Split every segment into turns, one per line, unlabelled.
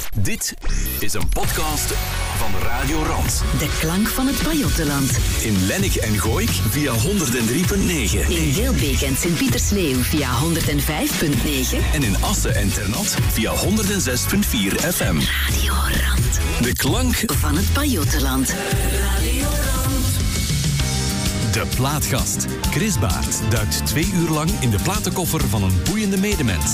Dit is een podcast van Radio Rand.
De klank van het Pajottenland.
In Lennik en Gooik via 103.9.
In Heelbeek en Sint-Pietersleeuw via 105.9.
En in Assen en Ternat via 106.4 FM.
Radio Rand.
De klank
van het Pajottenland.
Radio Rand. De Plaatgast. Chris Baert duikt 2 uur lang in de platenkoffer van een boeiende medemens.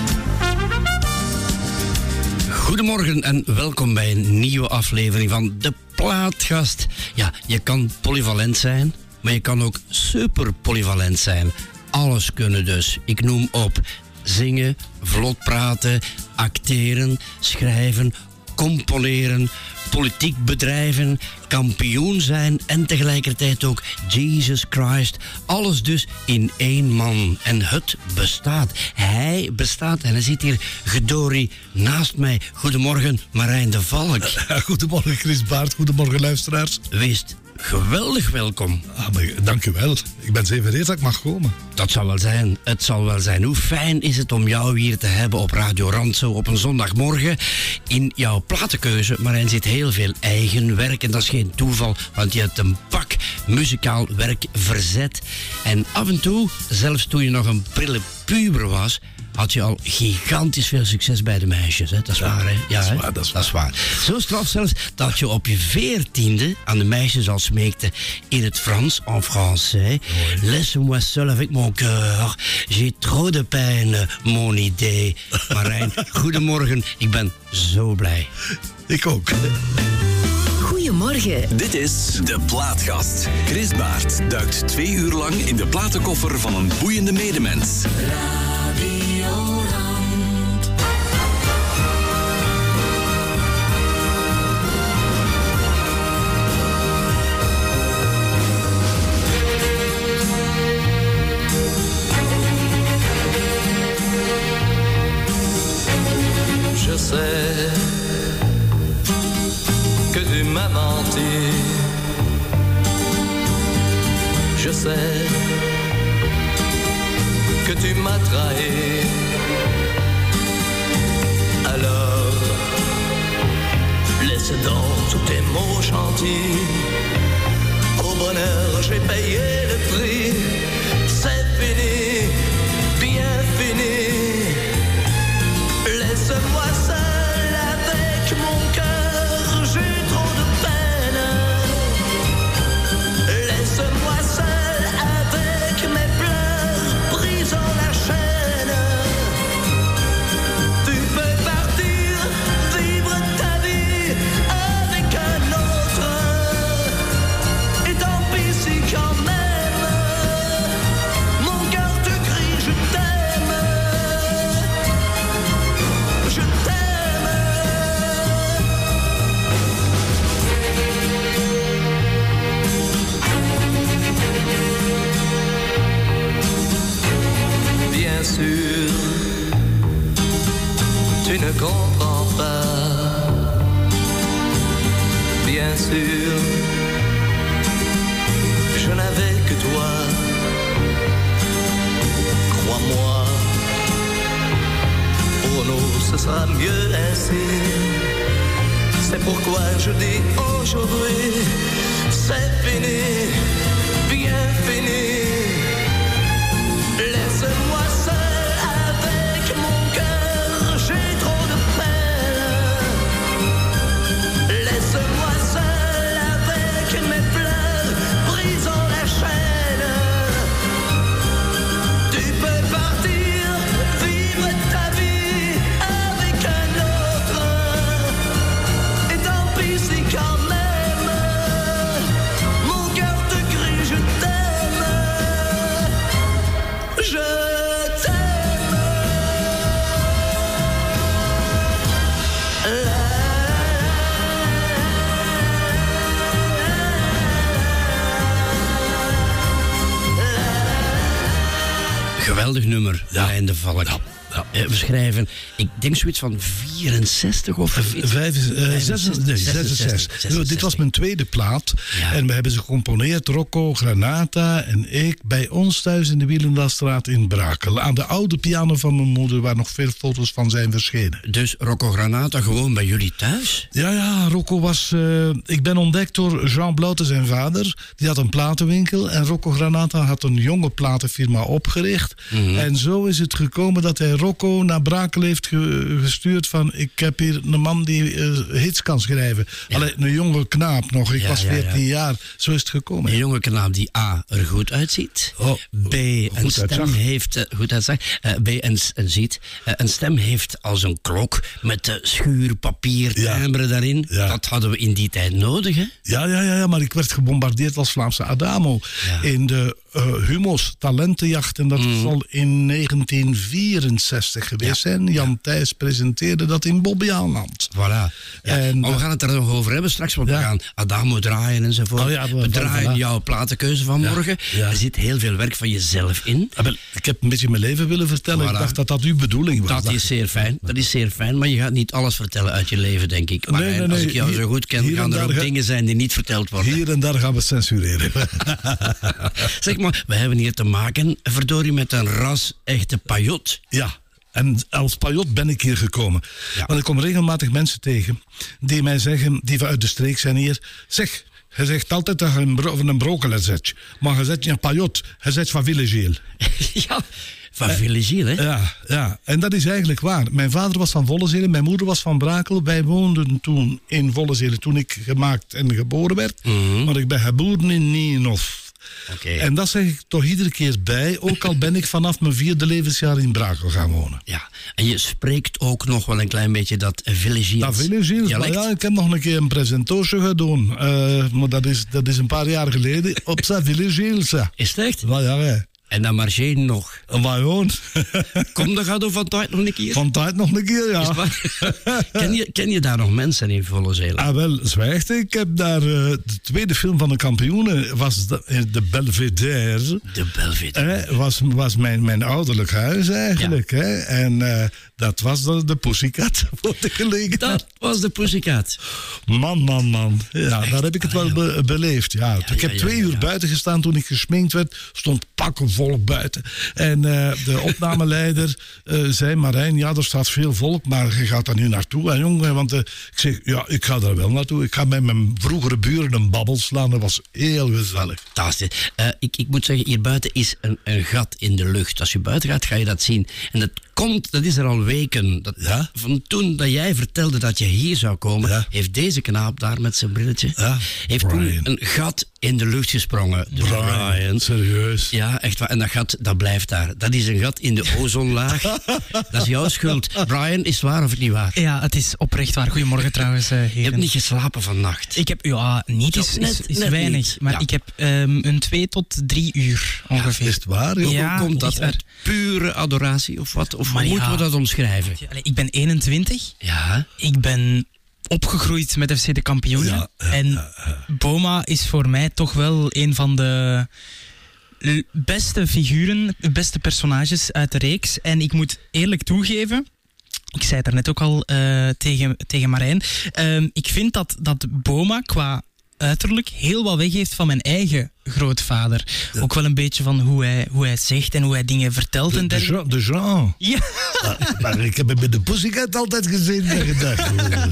Goedemorgen en welkom bij een nieuwe aflevering van De Plaatgast. Ja, je kan polyvalent zijn, maar je kan ook super polyvalent zijn. Alles kunnen dus. Ik noem op zingen, vlot praten, acteren, schrijven, componeren, politiek bedrijven, kampioen zijn en tegelijkertijd ook Jesus Christ. Alles dus in één man. En het bestaat. Hij bestaat en hij zit hier gedorie naast mij. Goedemorgen, Marijn de Valk.
Goedemorgen, Chris Baert. Goedemorgen, luisteraars.
Wees geweldig welkom.
Dank u wel. Ik ben zeer vereerd dat ik mag komen.
Dat zal wel zijn. Het zal wel zijn. Hoe fijn is het om jou hier te hebben op Radio Rand, zo op een zondagmorgen. In jouw platenkeuze, Marijn, zit heel veel eigen werk. En dat is geen toeval, want je hebt een pak muzikaal werk verzet. En af en toe, zelfs toen je nog een prille puber was, had je al gigantisch veel succes bij de meisjes. Hè? Dat is waar, hè? Ja, dat is waar. Zo straf zelfs dat je op je 14e aan de meisjes al smeekte in het Frans, en français. Laisse-moi seul avec mon cœur. J'ai trop de peine, mon idée. Marijn, goedemorgen. Ik ben zo blij.
Ik ook.
Goedemorgen.
Dit is De Plaatgast. Chris Baert duikt 2 uur lang in de platenkoffer van een boeiende medemens.
Je sais que tu m'as menti. Je sais que tu m'as trahi. Alors, laisse donc tous tes mots gentils. Au bonheur, j'ai payé le prix. C'est fini, bien fini. Laisse-moi seul avec mon cœur, j'ai trop de peine. Laisse-moi seul avec mes pleurs, brisant la chaîne. Tu peux partir, vivre ta vie avec un autre. Et tant pis si quand même mon cœur te crie je t'aime. Je t'aime. Bien sûr, tu ne comprends pas. Bien sûr, je n'avais que toi. Crois-moi, pour nous ce sera mieux ainsi. C'est pourquoi je dis aujourd'hui, c'est fini, bien fini. Laisse-moi seul avec mon cœur, j'ai trop de peine. Laisse-moi seul avec mes pleurs, brisant la chaîne. Tu peux partir, vivre ta vie avec un autre. Et tant pis si quand même mon cœur te crie je t'aime. Je t'aime.
Geweldig nummer, Marijn de Valk. We schrijven, ik denk zoiets van 64 of...
66. Dit was mijn tweede plaat.
Ja.
En we hebben ze gecomponeerd, Rocco, Granata en ik, bij ons thuis in de Wielendastraat in Brakel. Aan de oude piano van mijn moeder, waar nog veel foto's van zijn verschenen.
Dus Rocco Granata gewoon bij jullie thuis?
Ja, Rocco was... ik ben ontdekt door Jean Blouten, zijn vader. Die had een platenwinkel. En Rocco Granata had een jonge platenfirma opgericht. Mm-hmm. En zo is het gekomen dat hij Rocco naar Brakel heeft gestuurd van... ik heb hier een man die hits kan schrijven. Ja. Allee, een jonge knaap nog. Ik was 14 jaar. Zo is het gekomen.
Een jonge knaap die A, er goed uitziet. B, een stem heeft... goed uitzag. B, en ziet. Een stem heeft als een klok met schuurpapier, timbre daarin. Ja. Dat hadden we in die tijd nodig, hè?
Ja, maar ik werd gebombardeerd als Vlaamse Adamo. Ja. In de Humos talentenjacht. En dat zal in 1964 geweest zijn. Jan Thijs presenteerde dat in Bobbejaanland.
Voilà. Ja. En, maar we gaan het er nog over hebben straks. Want we gaan Adamo draaien enzovoort. We draaien jouw platenkeuze van morgen. Ja. Er zit heel veel werk van jezelf in.
Ik heb een beetje mijn leven willen vertellen. Ik dacht dat dat uw bedoeling was.
Dat is zeer fijn. Dat is zeer fijn. Maar je gaat niet alles vertellen uit je leven, denk ik. Maar nee. Als ik jou zo goed ken, gaan er ook dingen zijn die niet verteld worden.
Hier en daar gaan we censureren.
Zeg maar, we hebben hier te maken, verdorie, met een ras-echte pajot.
Ja. En als pajot ben ik hier gekomen. Ja. Want ik kom regelmatig mensen tegen die mij zeggen, die vanuit de streek zijn hier. Zeg, je zegt altijd dat je een brokkelen zet. Maar je zet je een pajot. Je zet van Villegeel.
Ja, van Villegeel, hè?
Ja. En dat is eigenlijk waar. Mijn vader was van Vollezelen, mijn moeder was van Brakel. Wij woonden toen in Vollezelen toen ik gemaakt en geboren werd. Mm-hmm. Maar ik ben geboren in Nienhof.
Okay.
En dat zeg ik toch iedere keer bij, ook al ben ik vanaf mijn 4e levensjaar in Brakel gaan wonen.
Ja, en je spreekt ook nog wel een klein beetje dat Villegeel.
Dat Villegeel, ja, ik heb nog een keer een presentoosje gedaan, maar dat is een paar jaar geleden, op zijn Villegeel.
Is het echt?
Ja.
En dan marcheer nog.
Waarom?
Kom, dan gaat er van tijd nog een keer.
Van tijd nog een keer, ja.
Ken je daar nog mensen in Vollezelen?
Wel, zwijgt. Ik heb daar de tweede film van de kampioenen, was de Belvedere.
De Belvedere.
Was mijn ouderlijk huis eigenlijk. Ja. Hè? En dat was de Pussycat voor de gelegenheid.
Dat was de Pussycat.
Man. Ja, echt? Daar heb ik het wel beleefd. Ja. Ik heb 2 uur buiten gestaan toen ik gesminkt werd. Stond pakken volk buiten. En de opnameleider zei, Marijn, ja, er staat veel volk, maar je gaat daar nu naartoe. En jongen, want ik zeg, ja, ik ga daar wel naartoe. Ik ga met mijn vroegere buren een babbel slaan. Dat was heel gezellig.
Fantastisch. Ik moet zeggen, hier buiten is een gat in de lucht. Als je buiten gaat, ga je dat zien. En dat is er al weken. Van toen dat jij vertelde dat je hier zou komen, heeft deze knaap daar met zijn brilletje, heeft toen een gat in de lucht gesprongen.
Brian, serieus?
Ja, echt waar. En dat gat, dat blijft daar. Dat is een gat in de ozonlaag. Dat is jouw schuld. Brian, is het waar of niet waar?
Ja, het is oprecht waar. Goedemorgen trouwens, heren.
Je hebt niet geslapen vannacht?
Ik heb, niet, is weinig. Niet. Maar ik heb een 2 tot 3 uur ongeveer.
Is het waar?
Ja, komt dat uit pure adoratie of wat? Of hoe moeten we dat omschrijven?
Ik ben 21.
Ja.
Ik ben opgegroeid met FC de Kampioenen. Boma is voor mij toch wel een van de beste figuren, beste personages uit de reeks. En ik moet eerlijk toegeven, ik zei het daarnet ook al tegen Marijn, ik vind dat Boma qua uiterlijk heel wat weggeeft van mijn eigen grootvader. Ja. Ook wel een beetje van hoe hij zegt en hoe hij dingen vertelt.
De Jean.
Ja.
Maar ik heb hem met de Pussycat altijd gezien en gedacht.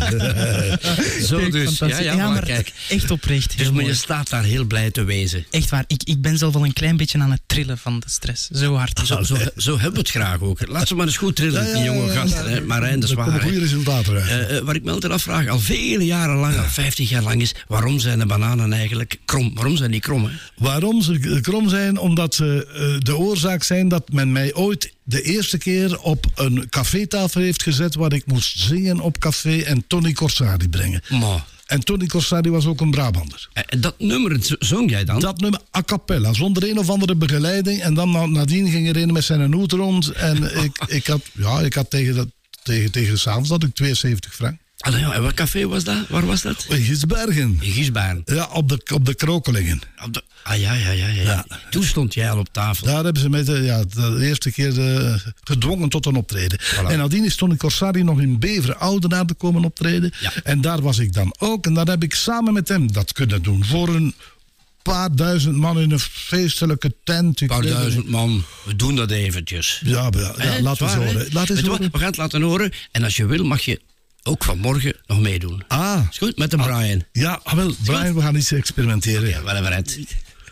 Zo dus. Ja,
maar
kijk.
Echt oprecht.
Dus maar je staat daar heel blij te wezen.
Echt waar. Ik ben zelf al een klein beetje aan het trillen van de stress. Zo hard.
Zo hebben we het graag ook. Laat ze maar eens goed trillen, die jonge gasten. Hè. Marijn, dat is waar.
Er goede resultaten uit.
Waar ik me altijd afvraag, al vele jaren lang, al 50 jaar lang is, waarom zijn de bananen eigenlijk krom? Waarom zijn die krom, hè?
Waarom ze krom zijn? Omdat ze de oorzaak zijn dat men mij ooit de eerste keer op een cafétafel heeft gezet waar ik moest zingen op café en Tony Corsari brengen.
Maar.
En Tony Corsari was ook een Brabander.
Dat nummer zong jij dan?
Dat nummer a cappella, zonder een of andere begeleiding. En dan nadien ging er een met zijn hoed rond. En ik had tegen 's avonds had ik 72 frank.
Allee, ja, en wat café was dat? Waar was dat?
In Gisbergen.
In Gisbaan.
Ja, op de Krokelingen.
Ja. Toen stond jij al op tafel.
Daar hebben ze mij de eerste keer gedwongen tot een optreden.
Voilà.
En nadien is Tony Corsari nog in Beveren Oudenaarde komen optreden.
Ja.
En daar was ik dan ook. En daar heb ik samen met hem dat kunnen doen. Voor een paar duizend man in een feestelijke tent.
Een paar duizend man. We doen dat eventjes.
Ja, laat eens horen. Laat eens horen.
We gaan het laten horen. En als je wil, mag je ook vanmorgen nog meedoen.
Ah.
Is goed? Met de Brian.
Ja, wel, Brian, we gaan iets experimenteren.
Ja, wel even uit.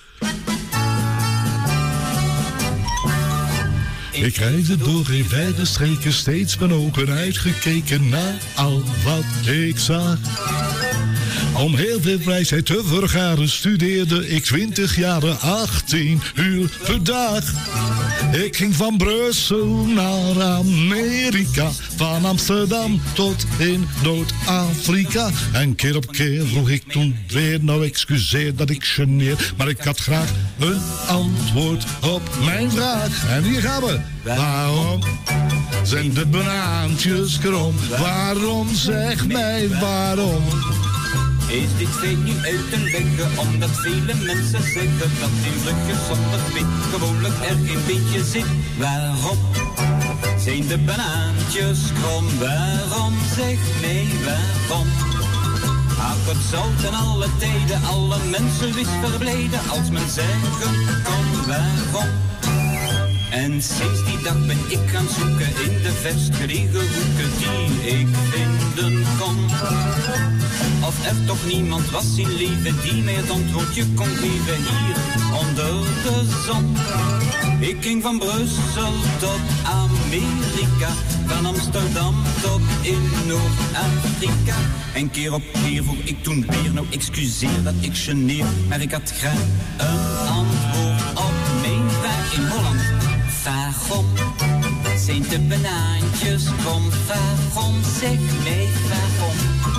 Ik reisde door geen verre streken, steeds mijn ogen uitgekeken naar al wat ik zag. Om heel veel wijsheid te vergaren studeerde ik 20 jaren 18 uur per dag. Ik ging van Brussel naar Amerika, van Amsterdam tot in Noord-Afrika. En keer op keer vroeg ik toen weer, nou excuseer dat ik geneer, maar ik had graag een antwoord op mijn vraag. En hier gaan we. Waarom zijn de banaantjes krom? Waarom, zeg mij waarom?
Is dit feit nu uit te leggen, omdat vele mensen zeggen dat in vlugjes zonder wit gewoonlijk er geen beetje zit. Waarom zijn de banaantjes krom? Waarom, zeg mij waarom? Ach, het zou ten alle tijden alle mensen wist verblijden als men zeggen kon waarom. En sinds die dag ben ik gaan zoeken in de verst gelegen hoeken die ik vinden kon. Of er toch niemand was in leven die mij het antwoordje kon geven hier onder de zon. Ik ging van Brussel tot Amerika, van Amsterdam tot in Noord-Afrika. En keer op keer vroeg ik toen weer, nou excuseer dat ik geneer, maar ik had graag een antwoord op mijn vraag in Holland. Waarom zijn de banaantjes krom? Waarom, zeg mij waarom?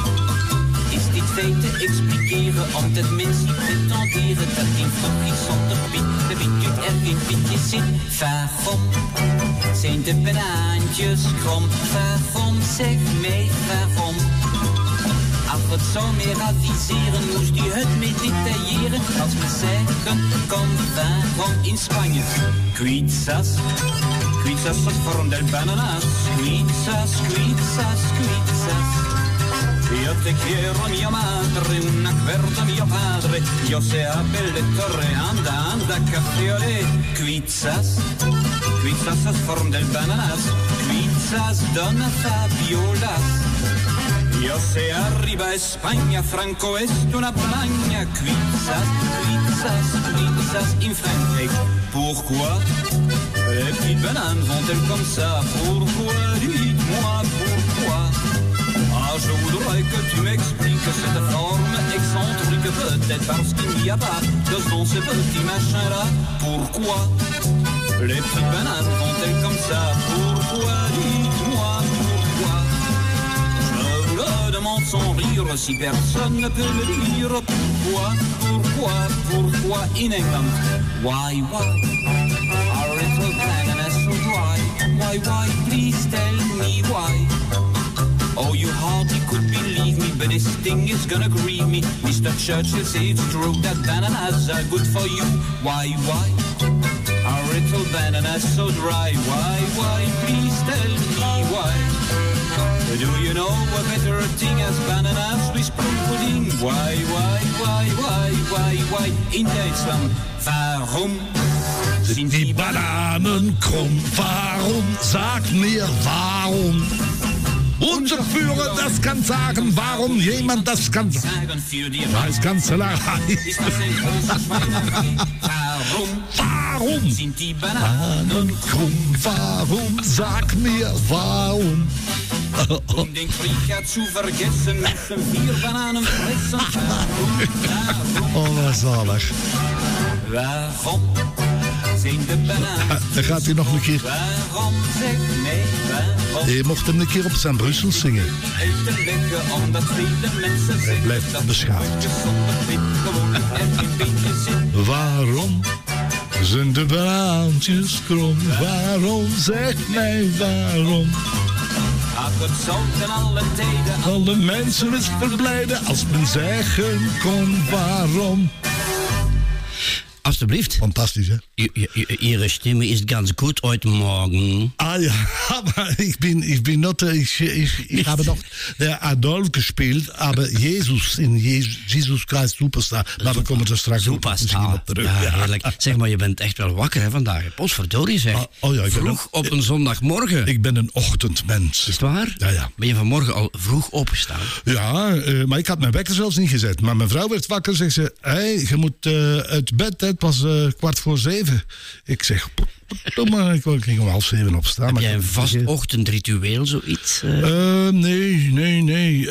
Is dit feit te expliceren om het minst te pretenderen dat in vruchtjes zonder piet de wiet er geen pietje zit? Waarom zijn de banaantjes krom? Waarom, zeg mij waarom? Ach, het zou meer adviseren, moest u het mee detailleren. Als we zeggen, kom waarom in Spanje. Quizás, quizás het vorm del bananas. Quizás, quizás, quizás. Yo te quiero mi madre, un acuerdo mio padre. Yo sea bellettore, anda, anda, caffeole. Quizás, quizás het vorm del bananas. Quizás, donna Fabiolas. Yo sé arriba España, Franco es una Bragna. Quizás, quizás, quizás in Frankrijk. Pourquoi les petites bananes vont-elles comme ça? Pourquoi, dites-moi pourquoi? Ah, je voudrais que tu m'expliques cette forme excentrique. Peut-être parce qu'il n'y a pas de son ces petits machins-là. Pourquoi les petites bananes vont-elles comme ça? Pourquoi, dites-moi pourquoi? Je demande sans rire si personne ne peut me dire pourquoi in England? Why, our little bananas so dry? Why, please tell me why? Oh, you hardly could believe me, but this thing is gonna grieve me. Mr. Churchill said it's true that bananas are good for you. Why, our little bananas so dry? Why, please tell me why? Do you know a better thing as bananas with plum pudding? Why, in Duitsland? Waarom
Sind die Bananen krumm? Warum? Sag mir, warum? Unser Führer das kann sagen, warum jemand das kann sagen. Als Kanzlerei. Warum
sind die Bananen
krumm? Warum? Sag mir, warum?
Um den Krieg zu vergessen, müssen wir Bananen fressen.
Onzalig.
Waarom zijn de bananen?
Dan gaat hij nog een keer.
Waarom, zeg nee, waarom?
Je mocht hem een keer op zijn Brussel zingen.
Uit te leggen, omdat vele mensen zeggen
blijft
dat
beschaafd.
zonder wit gewoon er geen beetje zit.
Waarom zijn de banaantjes krom? Waarom, zeg mij waarom?
Ach, het zou ten alle tijden
alle mensen wist verblijden als men zeggen kon waarom.
Alsjeblieft.
Fantastisch, hè?
Ihre Stimme ist ganz gut heute Morgen.
Ah ja, aber ich bin not, ich habe noch der Adolf gespielt, aber Jesus in Jesus Christ Superstar. Maar dan komen we er straks
Superstar.
op terug.
Ja, heerlijk. Zeg maar, je bent echt wel wakker hè, vandaag. Potverdorie zeg. Vroeg op een zondagmorgen.
Ik ben een ochtendmens.
Is het waar?
Ja.
Ben je vanmorgen al vroeg opgestaan?
Ja, maar ik had mijn wekker zelfs niet gezet. Maar mijn vrouw werd wakker, zegt ze, hey, je moet uit bed, hè. Het was 6:15. Ik zeg, ik ging om 6:30 opstaan.
Heb
maar
jij een vast ochtendritueel, zoiets?
Nee.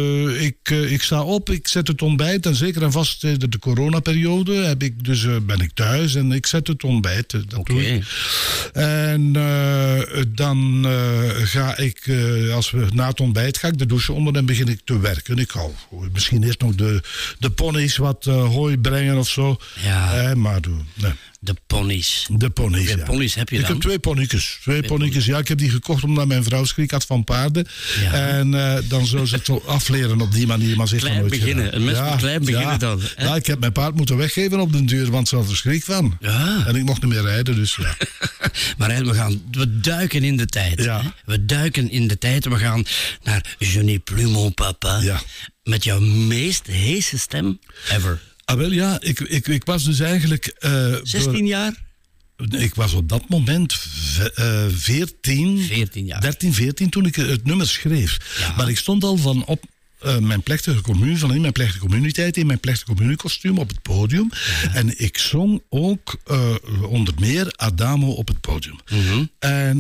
Ik sta op, ik zet het ontbijt. En zeker en vast de coronaperiode ben ik thuis en ik zet het ontbijt. Oké. En dan ga ik, als we na het ontbijt, ga ik de douche onder en begin ik te werken. Ik ga misschien eerst nog de ponies wat hooi brengen of zo.
Ja.
Maar nee.
De ponies.
Hoeveel
ponies heb je dan?
Ik heb 2 poniekes. 2 poniekes, ja. Ik heb die gekocht omdat mijn vrouw schrik had van paarden. Ja. En dan zou ze het zo afleren op die manier. Maar ze heeft
klein
nooit
beginnen.
gedaan.
Een mes met klein beginnen dan. Hè?
Ja, ik heb mijn paard moeten weggeven op den duur, want ze had er schrik van. Ja. En ik mocht niet meer rijden, dus ja.
Maar we duiken in de tijd. Ja. Hè? We duiken in de tijd. We gaan naar Je n'ai plus mon papa. Ja. Met jouw meest heese stem ever.
Ah, wel ja, ik was dus eigenlijk...
16 jaar?
Ik was op dat moment 14 jaar. 13, 14 toen ik het nummer schreef. Ja. Maar ik stond al van op mijn plechtige communiteit, in mijn plechtige communiekostuum op het podium. Ja. En ik zong ook onder meer Adamo op het podium. Mm-hmm. En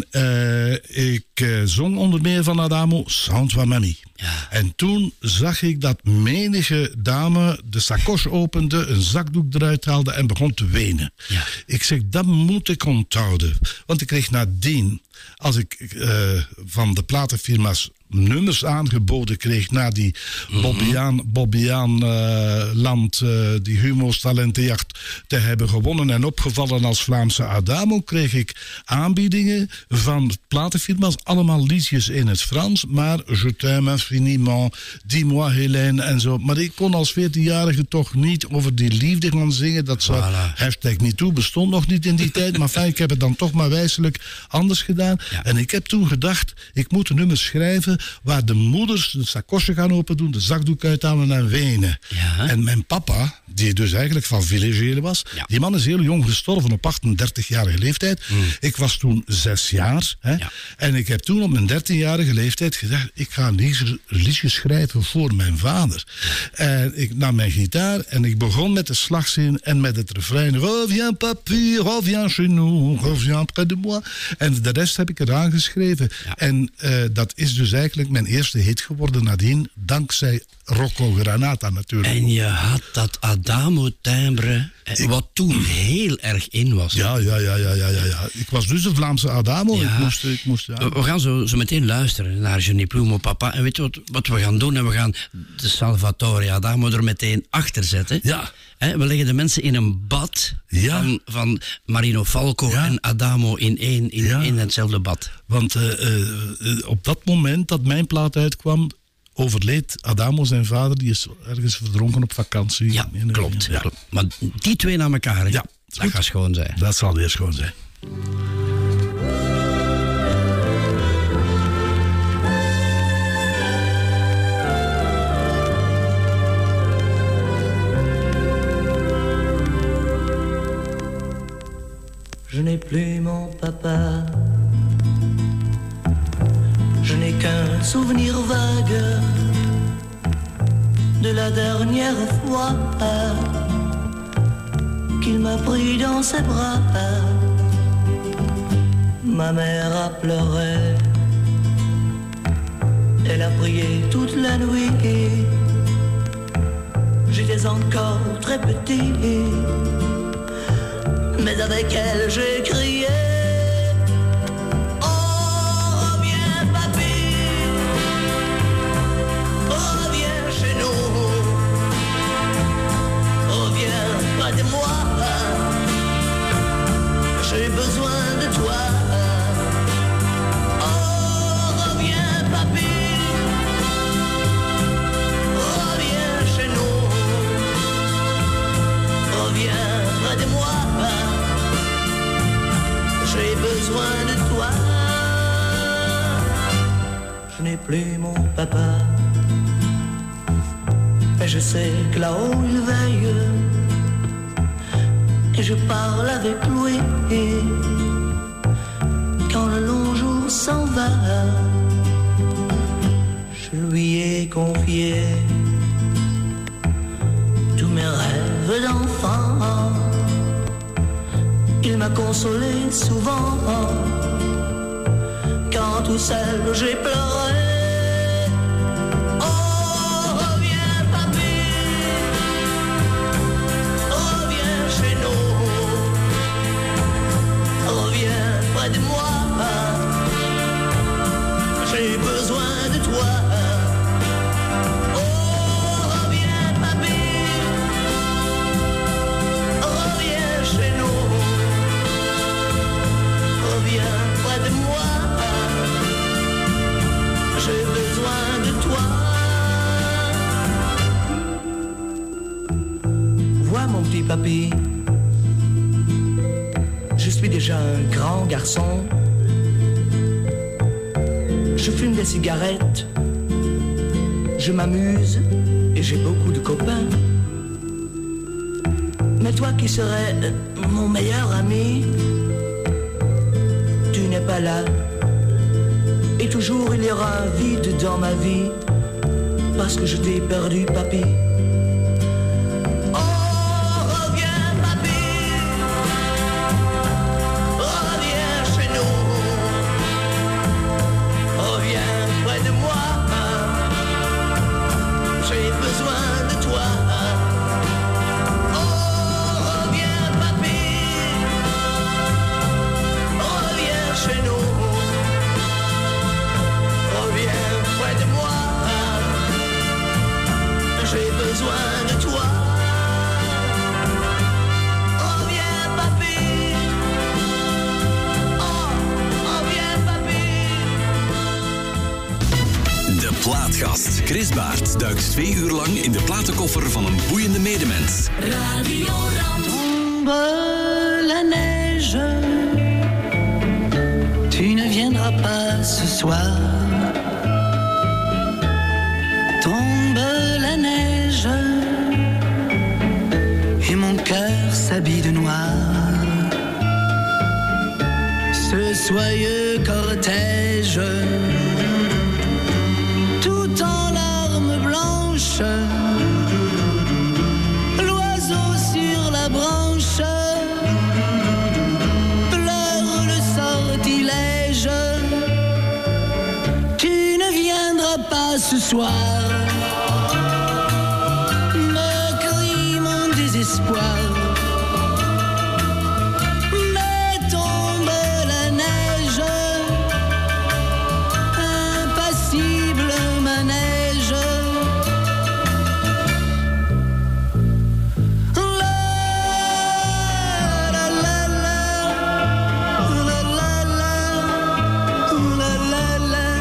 ik zong onder meer van Adamo Sans wa Mamie. Ja. En toen zag ik dat menige dame de sacoche opende, een zakdoek eruit haalde en begon te wenen. Ja. Ik zeg, dat moet ik onthouden. Want ik kreeg nadien, als ik van de platenfirma's nummers aangeboden kreeg na die Bobbejaan Land, die Humo's Talentenjacht te hebben gewonnen en opgevallen als Vlaamse Adamo, kreeg ik aanbiedingen van platenfirma's, allemaal liedjes in het Frans, maar Je t'aime infiniment, Dis-moi Hélène en zo. Maar ik kon als 14-jarige toch niet over die liefde gaan zingen. Dat zou, #MeToo bestond nog niet in die tijd, maar fijn, ik heb het dan toch maar wijselijk anders gedaan. Ja. En ik heb toen gedacht, ik moet een nummer schrijven waar de moeders de sacoche gaan open doen, de zakdoek uithalen en wenen. Ja. En mijn papa, die dus eigenlijk van Villegele was, die man is heel jong gestorven op 38-jarige leeftijd. Ik was toen 6 jaar. Hè? Ja. En ik heb toen op mijn 13-jarige leeftijd gezegd, ik ga een liedje schrijven voor mijn vader. Ja. En ik nam mijn gitaar en ik begon met de slagzin en met het refrein. Reviens papi, reviens chez nous, reviens près de moi. En de rest heb ik eraan geschreven. Ja. En dat is dus eigenlijk mijn eerste hit geworden nadien, dankzij Rocco Granata natuurlijk.
En je had dat Adamo-timbre, wat toen heel erg in was.
Ja. Ik was dus de Vlaamse Adamo. Ja. Ik moest
We gaan zo meteen luisteren naar Je n'ai plus mon papa. En weet je wat we gaan doen? En we gaan de Salvatore Adamo er meteen achter zetten. Ja. We leggen de mensen in een bad van Marino Falco en Adamo in hetzelfde bad.
Want op dat moment dat mijn plaat uitkwam, overleed Adamo, zijn vader. Die is ergens verdronken op vakantie.
Ja, klopt. Maar die twee naar elkaar, dat gaat schoon zijn.
Dat zal weer schoon zijn.
Je n'ai plus mon papa. Je n'ai qu'un souvenir vague de la dernière fois qu'il m'a pris dans ses bras. Ma mère a pleuré, elle a prié toute la nuit. J'étais encore très petit, mais avec elle j'ai crié. De moi, j'ai besoin de toi. Oh, reviens, papy. papa. Et je sais que là-haut il veille, et je parle avec lui. Quand le long jour s'en va, je lui ai confié tous mes rêves d'enfant. Il m'a consolé souvent quand tout seul j'ai pleuré. Oh, reviens papy, reviens chez nous, reviens près de moi, j'ai besoin de toi. Oh, reviens papy, reviens chez nous, reviens près de moi, j'ai besoin de toi. Vois mon petit papy, je suis déjà un grand garçon. Je fume des cigarettes, je m'amuse et j'ai beaucoup de copains. Mais toi qui serais mon meilleur ami, tu n'es pas là. Et toujours il y aura un vide dans ma vie, parce que je t'ai perdu, papy. Oh, reviens, papy, reviens chez nous, reviens près de moi, j'ai besoin de toi. Oh, reviens, papy, reviens chez nous, reviens près de moi, j'ai besoin de toi. Reviens papy, oh, reviens papy.
De Plaatgast. Chris Baert duikt 2 uur lang in de platenkoffer van een boeiende medemens.
Radio Rand.
Tombe la neige, tu ne viendras pas ce soir. Tombe la neige, et mon cœur s'habille de noir. Ce soyeux cortège, tout en larmes blanches, l'oiseau sur la branche pleure le sortilège. Tu ne viendras pas ce soir, me crie mon désespoir. Mais tombe la neige, impassible manège. La la la la, la la la, la la la.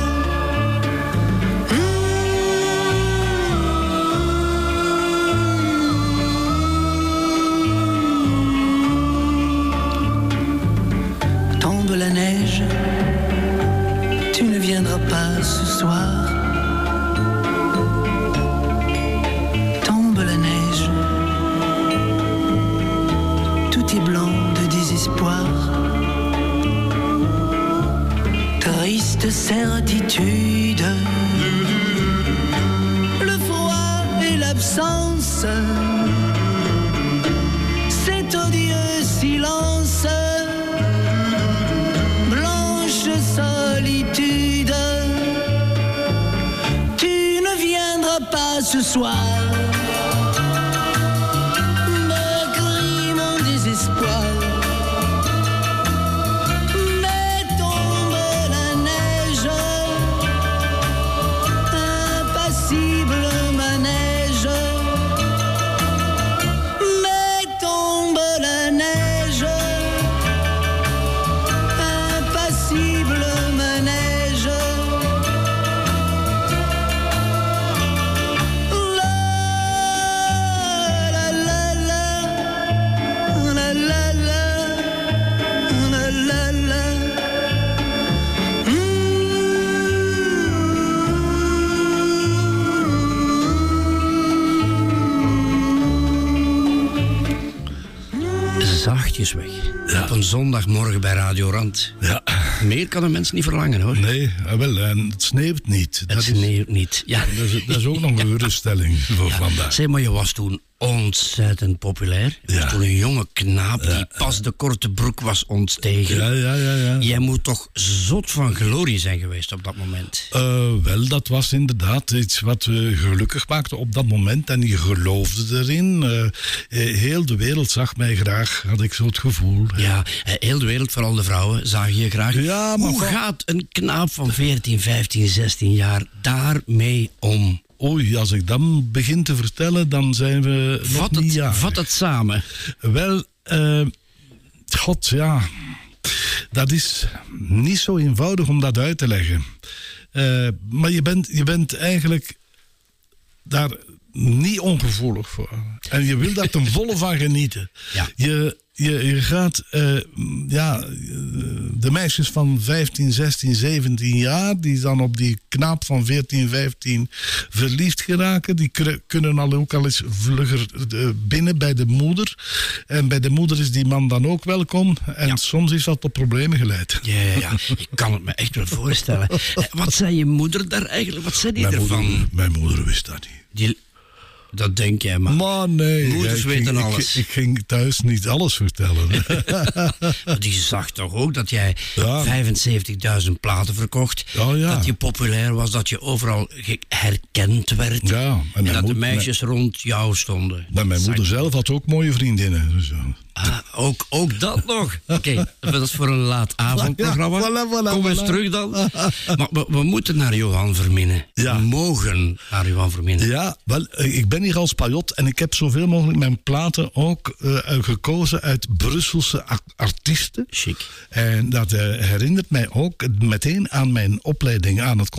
Tombe la neige, tu ne viendras pas ce soir. Tombe la neige, tout est blanc de désespoir. Triste certitude, le froid et l'absence, cet odieux silence, blanche solitude. Tu ne viendras pas ce soir, me crie mon désespoir. Mais tombe la neige, impassible manège. Mais tombe la neige, impassible manège. La la la la, la la la.
zachtjes weg.
Ja.
Op een zondagmorgen bij Radio Rand.
Ja.
Meer kan een mens niet verlangen, hoor.
Nee, wel, en het sneeuwt niet.
Het sneeuwt niet. Ja.
Dat is ook nog een geruststelling voor vandaag.
Zeg maar, je was toen ontzettend populair. Je was toen een jonge knaap die pas de korte broek was ontstegen.
Ja.
Jij moet toch zot van glorie zijn geweest op dat moment?
Wel, dat was inderdaad iets wat we gelukkig maakte op dat moment. En je geloofde erin. Heel de wereld zag mij graag, had ik zo het gevoel.
Ja, heel de wereld, vooral de vrouwen, zagen je graag.
Ja, maar
hoe gaat een knaap van 14, 15, 16 jaar daarmee om?
Oei, als ik dan begin te vertellen, dan zijn we nog niet jarig.
Vat het samen.
Wel, god, ja. Dat is niet zo eenvoudig om dat uit te leggen. Maar je bent eigenlijk daar niet ongevoelig voor. En je wil daar ten volle van genieten.
Ja.
Je gaat, de meisjes van 15, 16, 17 jaar, die dan op die knaap van 14, 15 verliefd geraken, die kunnen ook al eens vlugger binnen bij de moeder. En bij de moeder is die man dan ook welkom. En soms is dat tot problemen geleid.
Ja, ik kan het me echt wel voorstellen. Wat zei je moeder daar eigenlijk? Wat zei die ervan?
Mijn moeder wist dat niet.
Dat denk jij maar.
Maar nee.
Moeders weten alles.
Ik ging thuis niet alles vertellen.
Maar die zag toch ook dat jij 75.000 platen verkocht.
Ja.
Dat je populair was, dat je overal herkend werd.
Ja, en
dat de meisjes rond jou stonden.
Maar mijn moeder zelf had ook mooie vriendinnen. Dus,
ook dat nog. Oké, dat is voor een laat avondprogramma.
Voilà,
Kom eens terug dan. Maar we moeten naar Johan Verminnen.
Ja.
We mogen naar Johan Verminnen.
Ja, wel, ik ben hier als pajot en ik heb zoveel mogelijk mijn platen ook gekozen uit Brusselse artiesten.
Chic.
En dat herinnert mij ook meteen aan mijn opleiding aan het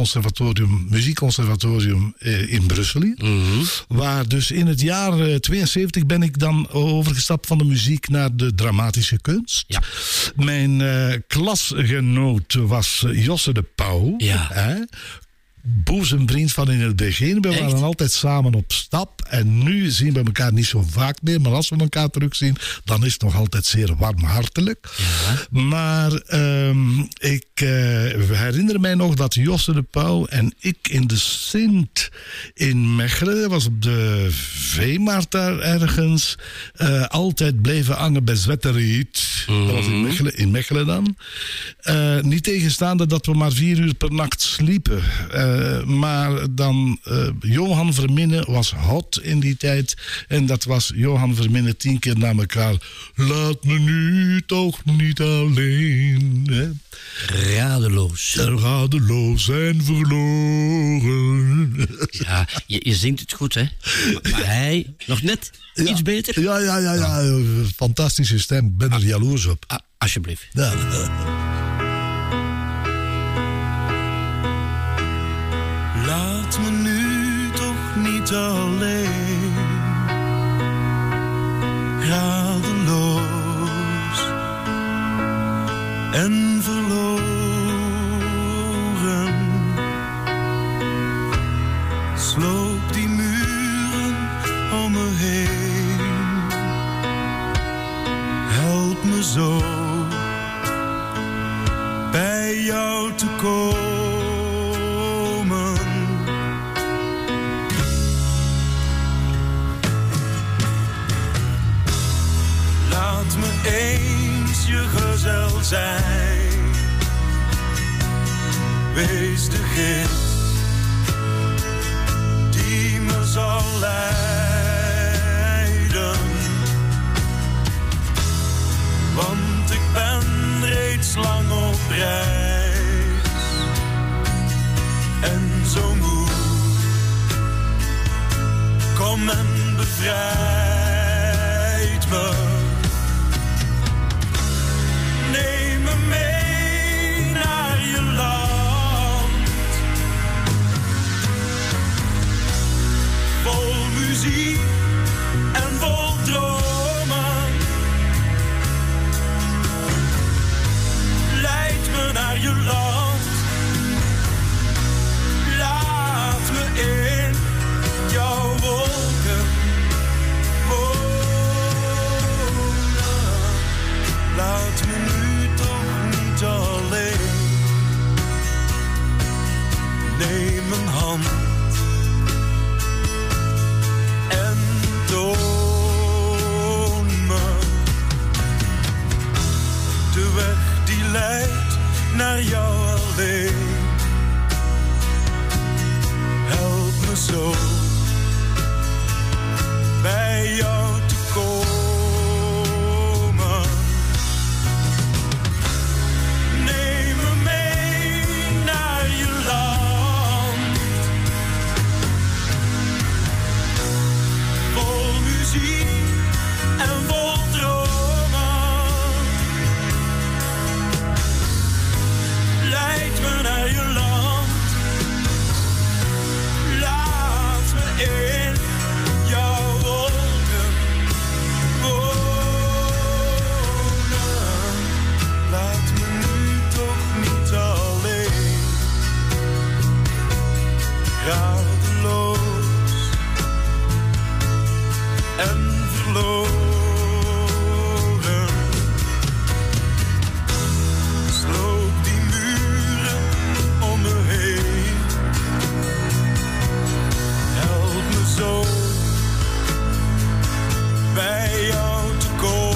muziekconservatorium in Brussel.
Mm-hmm.
Waar dus in het jaar 72 ben ik dan overgestapt van de muziek naar de dramatische kunst.
Ja.
Mijn klasgenoot was Josse de Pauw.
Ja.
Boezemvriend van in het begin. We waren altijd samen op stap. En nu zien we elkaar niet zo vaak meer. Maar als we elkaar terugzien, dan is het nog altijd zeer warmhartelijk. Ja. Maar ik herinner mij nog dat Josse de Pauw en ik in de Sint in Mechelen, dat was op de Veemarkt daar ergens, altijd bleven hangen bij Zwetteriet. Dat was in Mechelen dan. Niet tegenstaande dat we maar 4 uur per nacht sliepen. Maar dan Johan Verminnen was hot in die tijd. En dat was Johan Verminnen 10 keer na elkaar. Laat me nu toch niet alleen. Hè?
Radeloos.
Radeloos en verloren.
Ja, je zingt het goed, hè? Maar hij nog net iets beter?
Ja. Fantastische stem. Ik ben er jaloers op.
Alsjeblieft.
Ja.
Laat me nu toch niet alleen, radeloos en verloren. Sloop die muren om me heen, help me zo bij jou te komen. Laat me eens je gezel zijn. Wees de gids die me zal leiden. Want ik ben reeds lang op reis en zo moe. Kom en bevrijd me. Neem me mee naar je land, vol muziek en vol dromen. Leid me naar je land, laat me in jouw wolken wonen.
zo bij jou te komen. Neem me mee naar je land, vol muziek en vol dromen. Leid me naar je land, laat me in jouw wolken wonen. Laat me nu toch niet alleen, radeloos en verloren. Sloop die muren om me heen, help me zo bij jou te komen.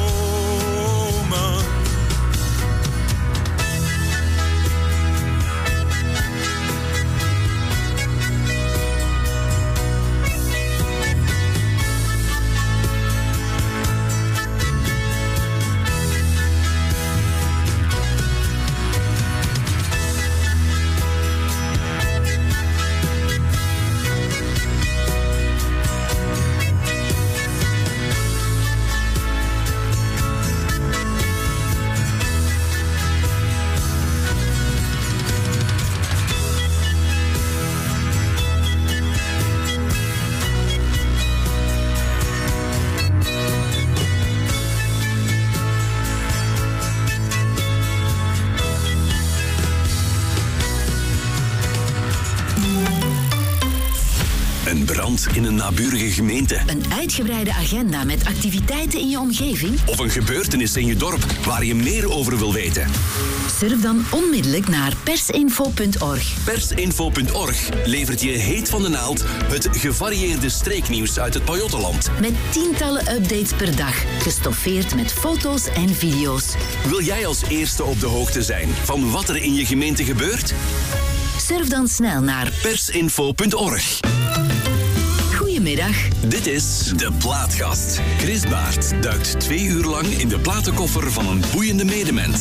Een brand in een naburige gemeente.
Een uitgebreide agenda met activiteiten in je omgeving?
Of een gebeurtenis in je dorp waar je meer over wil weten.
Surf dan onmiddellijk naar persinfo.org.
Persinfo.org levert je heet van de naald het gevarieerde streeknieuws uit het Pajottenland.
Met tientallen updates per dag, gestoffeerd met foto's en video's.
Wil jij als eerste op de hoogte zijn van wat er in je gemeente gebeurt?
Surf dan snel naar
persinfo.org.
Goedemiddag.
Dit is De Plaatgast. Chris Baert duikt 2 uur lang in de platenkoffer van een boeiende medemens.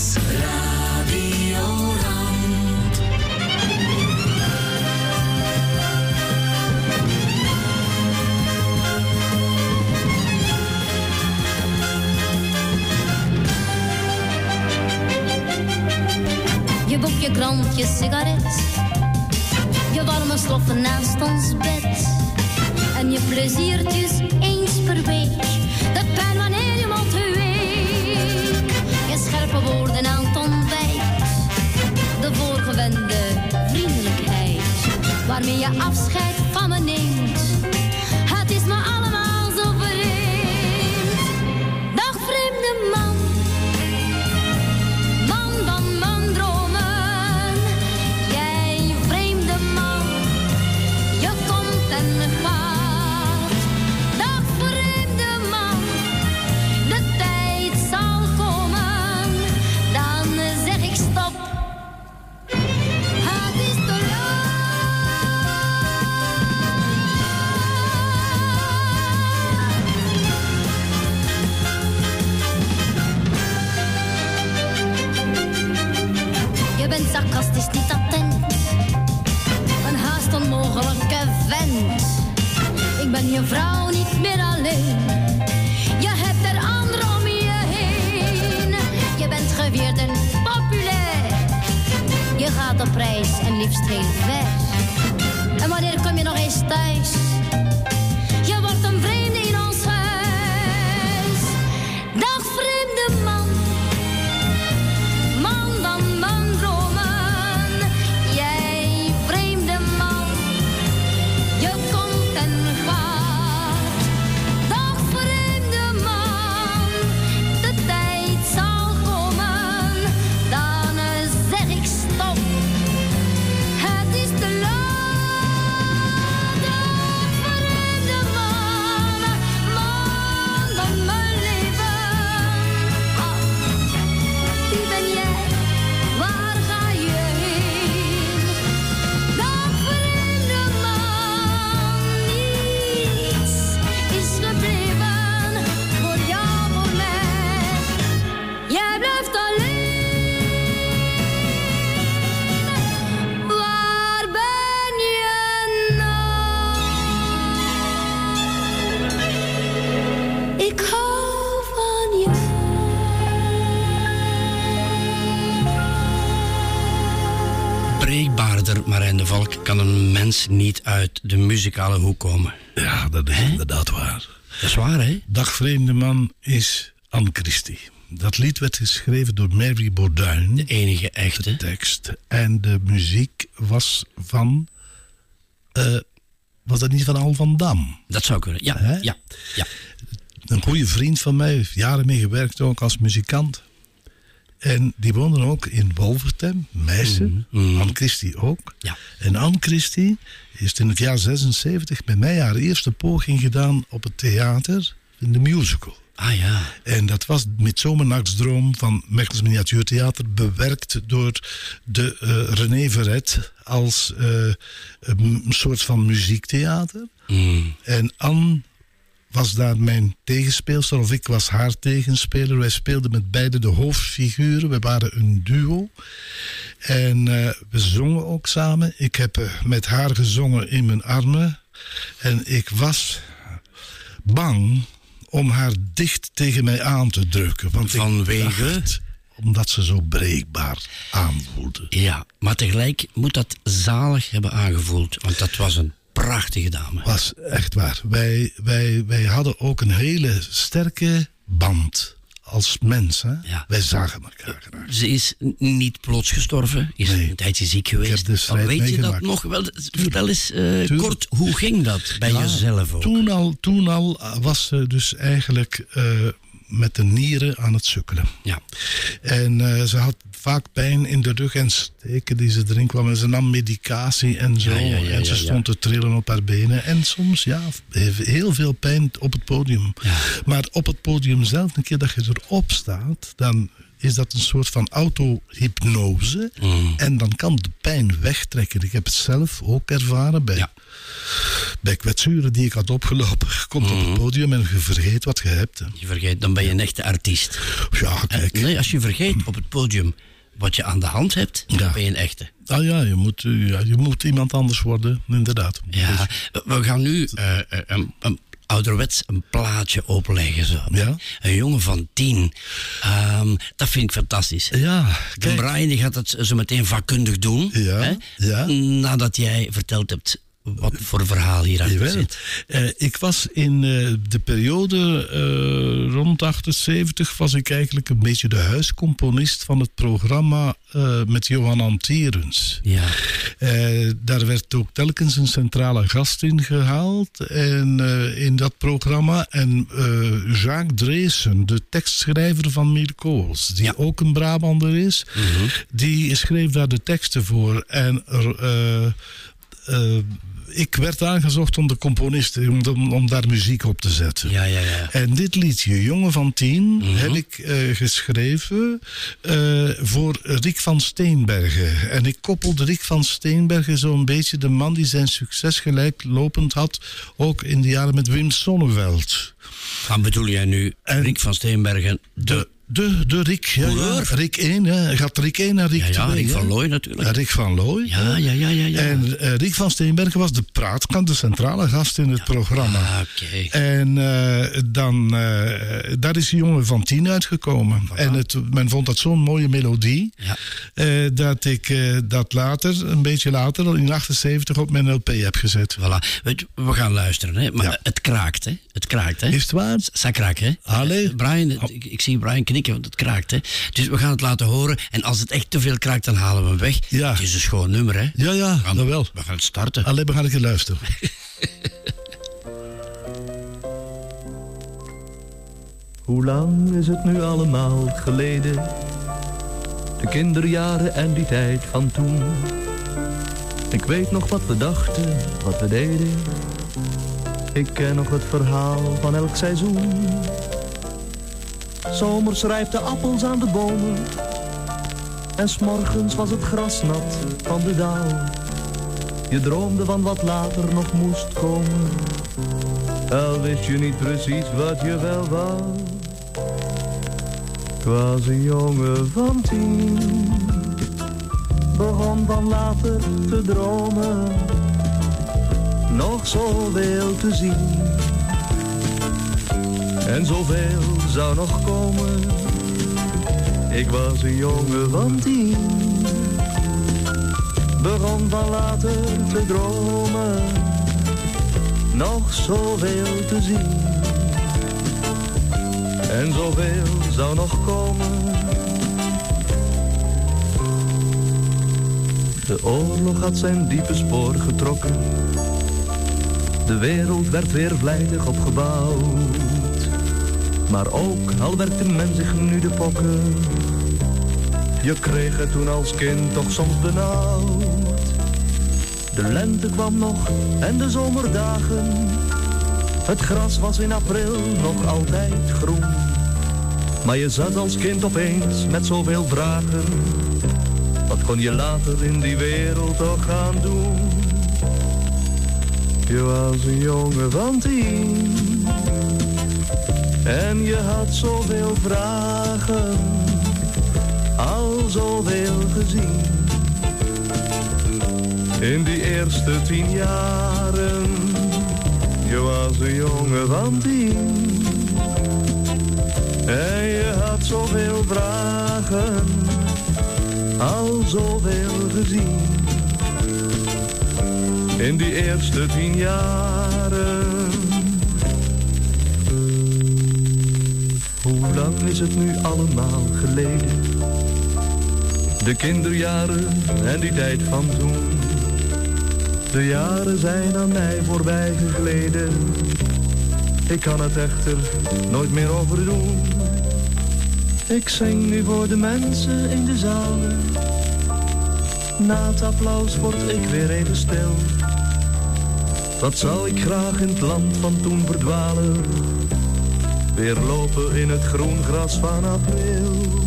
Je boek, je krant, je sigaret, je warme sloffen naast ons bed en je pleziertjes eens per week, de pijn wanneer je mond week, je scherpe woorden aan het ontbijt, de voorgewende vriendelijkheid waarmee je afscheid van me neemt. Het is me allemaal zo vreemd. Dag vreemde man, man van mijn dromen. Jij vreemde man, je komt en gaat. Dag vreemde man, de tijd zal komen, dan zeg ik stop. Het is te Je bent sarcastisch niet attent, een haast onmogelijke vent. Ik ben je vrouw niet meer alleen, je hebt er anderen om je heen. Je bent geweerd en populair, je gaat op reis en liefst heel ver. En wanneer kom je nog eens thuis? Je wordt een vreemde in ons huis. Dag vreemde man, man van mijn dromen. Jij vreemde man, je komt en gaat. Dag vreemde man, de tijd zal komen, dan zeg ik stop. Het is te laat.
Martijn de Valk, kan een mens niet uit de muzikale hoek komen.
Ja, dat is inderdaad waar.
Dat is waar, hè?
Dag vreemde man is Anne Christie. Dat lied werd geschreven door Mary Bourdain.
De enige echte.
De tekst. En de muziek was van... was dat niet van Al van Dam?
Dat zou kunnen, ja. Ja.
Een goede vriend van mij, heeft jaren mee gewerkt ook als muzikant. En die woonden ook in Wolvertem, Meissen. Anne Christie ook.
Ja.
En Anne Christie heeft in het jaar 76 met mij haar eerste poging gedaan op het theater in de musical.
Ah ja.
En dat was Midsomernachtsdroom van Mechels Miniatuurtheater, bewerkt door de René Verret als een soort van muziektheater. En Anne was daar mijn tegenspeelster, of ik was haar tegenspeler. Wij speelden met beide de hoofdfiguren. We waren een duo. En we zongen ook samen. Ik heb met haar gezongen in mijn armen. En ik was bang om haar dicht tegen mij aan te drukken. Want
vanwege?
Omdat ze zo breekbaar aanvoelde.
Ja, maar tegelijk moet dat zalig hebben aangevoeld. Want dat was een prachtige dame.
Was echt waar. Wij hadden ook een hele sterke band als mens. Hè?
Ja.
Wij zagen elkaar graag.
Ze is niet plots gestorven. Is een tijdje ziek geweest.
Ik heb de strijd
weet je
meegemaakt.
dat nog wel? Vertel eens kort, hoe ging dat bij jezelf ook?
Toen al was ze dus eigenlijk met de nieren aan het sukkelen.
Ja.
En ze had vaak pijn in de rug en steken die ze erin kwam. En ze nam medicatie en zo. En ze stond te trillen op haar benen. En soms, heel veel pijn op het podium.
Ja.
Maar op het podium zelf, een keer dat je erop staat, dan is dat een soort van autohypnose. En dan kan de pijn wegtrekken. Ik heb het zelf ook ervaren bij kwetsuren die ik had opgelopen. Je komt op het podium en je vergeet wat je hebt. Hè.
Je vergeet, dan ben je een echte artiest.
Ja, kijk.
Nee, als je vergeet op het podium wat je aan de hand hebt, dan ben je een echte.
Ah ja, je moet iemand anders worden, inderdaad.
Ja, we gaan nu ouderwets een plaatje openleggen. Zo.
Ja?
Een jongen van 10. Dat vind ik fantastisch.
Ja,
kijk. Brian die gaat het zo meteen vakkundig doen.
Ja,
hè?
Ja.
Nadat jij verteld hebt wat voor verhaal hier achter zit.
Ik was in de periode rond 78 was ik eigenlijk een beetje de huiscomponist van het programma met Johan Antierens.
Ja.
Daar werd ook telkens een centrale gast in gehaald en, in dat programma. En Jacques Dreesen, de tekstschrijver van Mirkoos, die ook een Brabander is, die schreef daar de teksten voor. En ik werd aangezocht om de componist, om daar muziek op te zetten.
Ja.
En dit liedje, Jongen van 10, heb ik geschreven voor Rick van Steenbergen. En ik koppelde Rick van Steenbergen zo'n beetje de man die zijn succes gelijklopend had, ook in de jaren met Wim Sonneveld.
Dan bedoel jij nu Rick van Steenbergen,
De Rick, Rick 1, hè. Gaat Rick 1 naar Rick 2.
Ja, Rick van Looy natuurlijk.
Rick van Looy.
Ja.
En Rick van Steenbergen was de praatkant, de centrale gast in het programma.
Oké.
En daar is Jongen van 10 uitgekomen. Voilà. En men vond dat zo'n mooie melodie, dat ik dat later, een beetje later, in 78 op mijn LP heb gezet.
Voilà. Weet je, we gaan luisteren, hè. Maar het kraakt, hè. Het kraakt, hè.
Is het waar?
Het kraakt, hè.
Allee.
Brian, ik zie Brian knikken, want het kraakt, hè. Dus we gaan het laten horen. En als het echt te veel kraakt, dan halen we hem weg.
Ja.
Het is een schoon nummer, hè.
Ja, dat wel.
We gaan het starten.
Allee, we gaan even luisteren.
Hoe lang is het nu allemaal geleden? De kinderjaren en die tijd van toen. Ik weet nog wat we dachten, wat we deden. Ik ken nog het verhaal van elk seizoen. Zomers rijpten appels aan de bomen. En 's morgens was het gras nat van de dauw. Je droomde van wat later nog moest komen. Al wist je niet precies wat je wel wou. Ik was een jongen van 10. Begon van later te dromen. Nog zoveel te zien. En zoveel zou nog komen. Ik was een jongen van 10. begon van later te dromen, nog zoveel te zien. En zoveel zou nog komen. De oorlog had zijn diepe spoor getrokken. De wereld werd weer vlijtig opgebouwd. Maar ook al werkte men zich nu de pokken, je kreeg het toen als kind toch soms benauwd. De lente kwam nog en de zomerdagen. Het gras was in april nog altijd groen. Maar je zat als kind opeens met zoveel vragen. Wat kon je later in die wereld toch gaan doen? Je was een jongen van 10 en je had zoveel vragen, al zoveel gezien. In die eerste 10 jaren, je was een jongen van 10 en je had zoveel vragen, al zoveel gezien. In die eerste 10 jaren. Hoe lang is het nu allemaal geleden? De kinderjaren en die tijd van toen. De jaren zijn aan mij voorbij gegleden. Ik kan het echter nooit meer overdoen. Ik zing nu voor de mensen in de zalen. Na het applaus word ik weer even stil. Wat zou ik graag in het land van toen verdwalen. Weer lopen in het groen gras van april.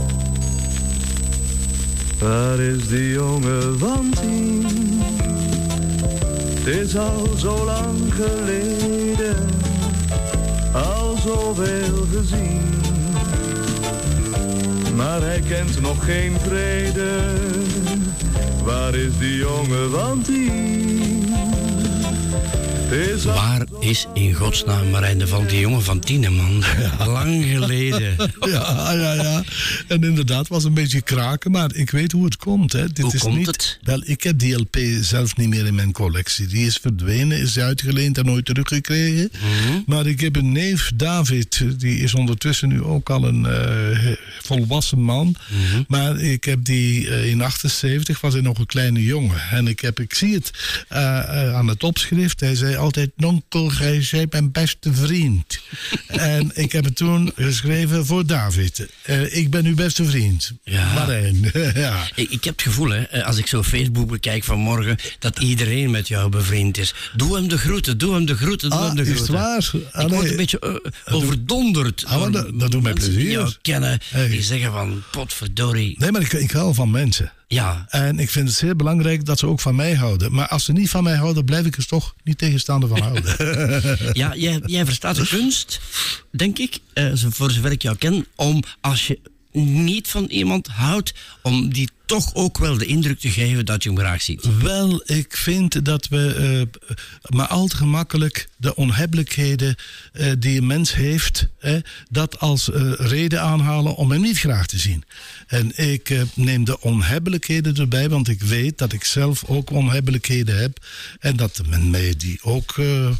Waar is die jongen van 10? Het is al zo lang geleden, al zoveel gezien. Maar hij kent nog geen vrede. Waar is die jongen van 10?
Waar is in godsnaam Marijn de Valk, die jongen van 10, man? Ja. Lang geleden.
Ja. En inderdaad, was een beetje kraken, maar ik weet hoe het komt. Hè.
Hoe komt het?
Wel, ik heb die LP zelf niet meer in mijn collectie. Die is verdwenen, is uitgeleend en nooit teruggekregen. Mm-hmm. Maar ik heb een neef, David, die is ondertussen nu ook al een volwassen man. Mm-hmm. Maar ik heb die in 78, was hij nog een kleine jongen. En ik zie het aan het opschrift. Hij zei altijd, nonkel, gij zijt mijn beste vriend. En ik heb het toen geschreven voor David. Ik ben uw beste vriend.
Ja.
Marijn. Ja.
Ik heb het gevoel, hè, als ik zo Facebook bekijk vanmorgen, dat iedereen met jou bevriend is. Doe hem de groeten, doe hem de groeten, doe hem de groeten.
Is het waar?
Ik word een beetje overdonderd.
Dat doet mij plezier.
Die jou kennen, die zeggen van, potverdorie.
Nee, maar ik hou van mensen.
Ja.
En ik vind het zeer belangrijk dat ze ook van mij houden. Maar als ze niet van mij houden, blijf ik er toch niet tegenstander van houden.
Ja, jij verstaat de kunst, denk ik, voor zover ik jou ken, om als je niet van iemand houdt, om die toch ook wel de indruk te geven dat je hem graag ziet.
Wel, ik vind dat we maar al te gemakkelijk de onhebbelijkheden die een mens heeft, dat als reden aanhalen om hem niet graag te zien. En ik neem de onhebbelijkheden erbij, want ik weet dat ik zelf ook onhebbelijkheden heb. En dat men mij die ook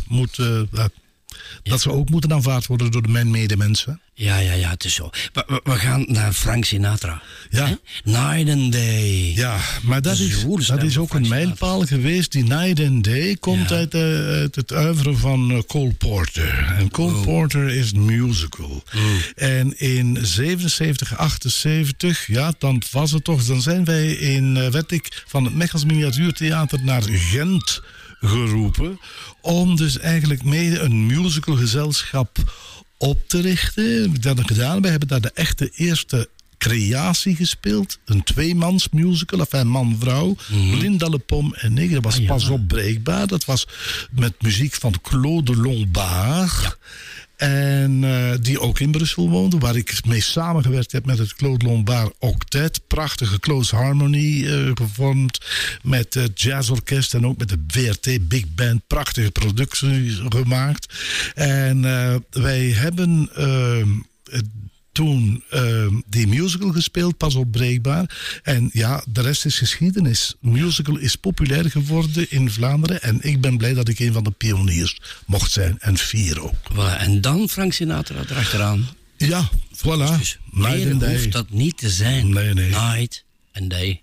dat ze ook moeten aanvaard worden door mijn medemensen.
Ja, het is zo. We gaan naar Frank Sinatra.
Ja.
Hè? Night and Day.
Ja, maar dat is ook een mijlpaal geweest. Die Night and Day komt uit het oeuvre van Cole Porter. En Cole Porter is een musical. En in 77, 78, dan was het toch, dan zijn wij werd ik van het Mechels Miniatuurtheater naar Gent geroepen, om dus eigenlijk mede een musicalgezelschap op te richten. Dat hebben gedaan. We hebben daar de echte eerste creatie gespeeld. Een tweemans musical, enfin man-vrouw. Linda Lepom en ik. Dat was pas opbreekbaar. Dat was met muziek van Claude Lombard. Ja. En die ook in Brussel woonde, waar ik mee samengewerkt heb met het Claude Lombard Octet. Prachtige close harmony gevormd met het jazzorkest en ook met de VRT Big Band. Prachtige producties gemaakt. En wij hebben toen die musical gespeeld, Pas op breekbaar. En ja, de rest is geschiedenis. Musical is populair geworden in Vlaanderen. En ik ben blij dat ik een van de pioniers mocht zijn. En fier ook.
Voilà, en dan Frank Sinatra erachteraan.
Ja, voilà.
Dus meer hoeft dat niet te zijn.
Nee.
Night and Day.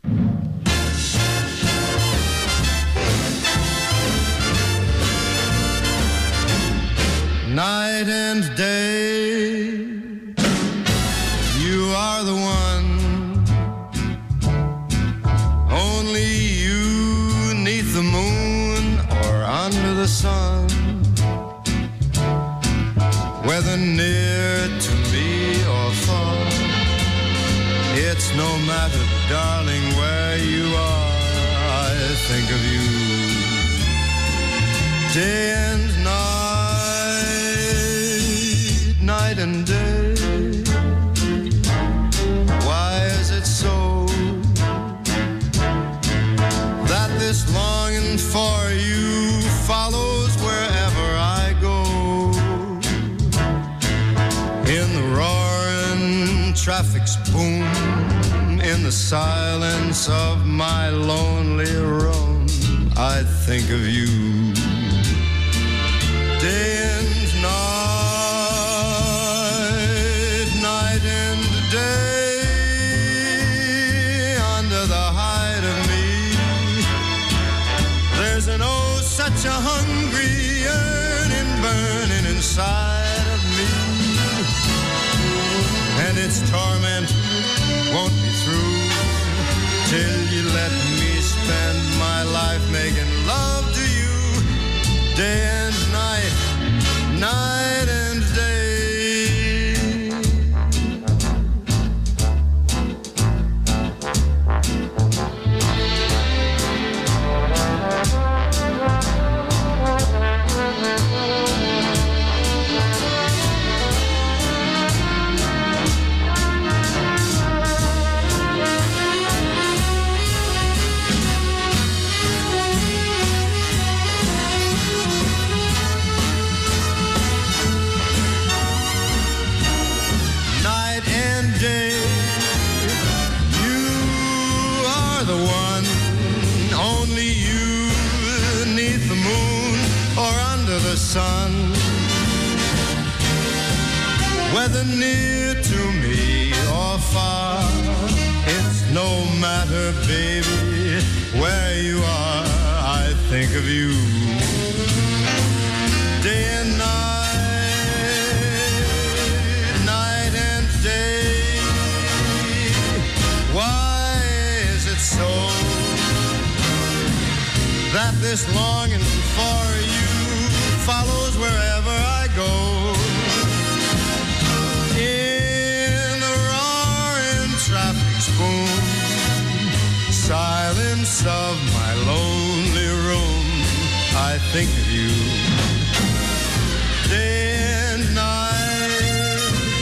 Night and day, you are the one. Only you, 'neath the moon or under the sun. Whether near to me or far, it's no matter, darling, where you are. I think of you day and night and day. Why is it so that this longing for you follows wherever I go? In the roaring traffic's boom, in the silence of my lonely room, I think of you day and night and day, under the hide of me. There's an oh, such a hungry yearning burning inside of me, and its torment won't be through till you let me spend my life making love to you, day and night, night and day. Sun, whether near to me or far, it's no matter, baby, where you are. I think of you day and night, night and day. Why is it so that this longing for you follows wherever I go? In the roaring traffic's boom, silence of my lonely room, I think of you day and night,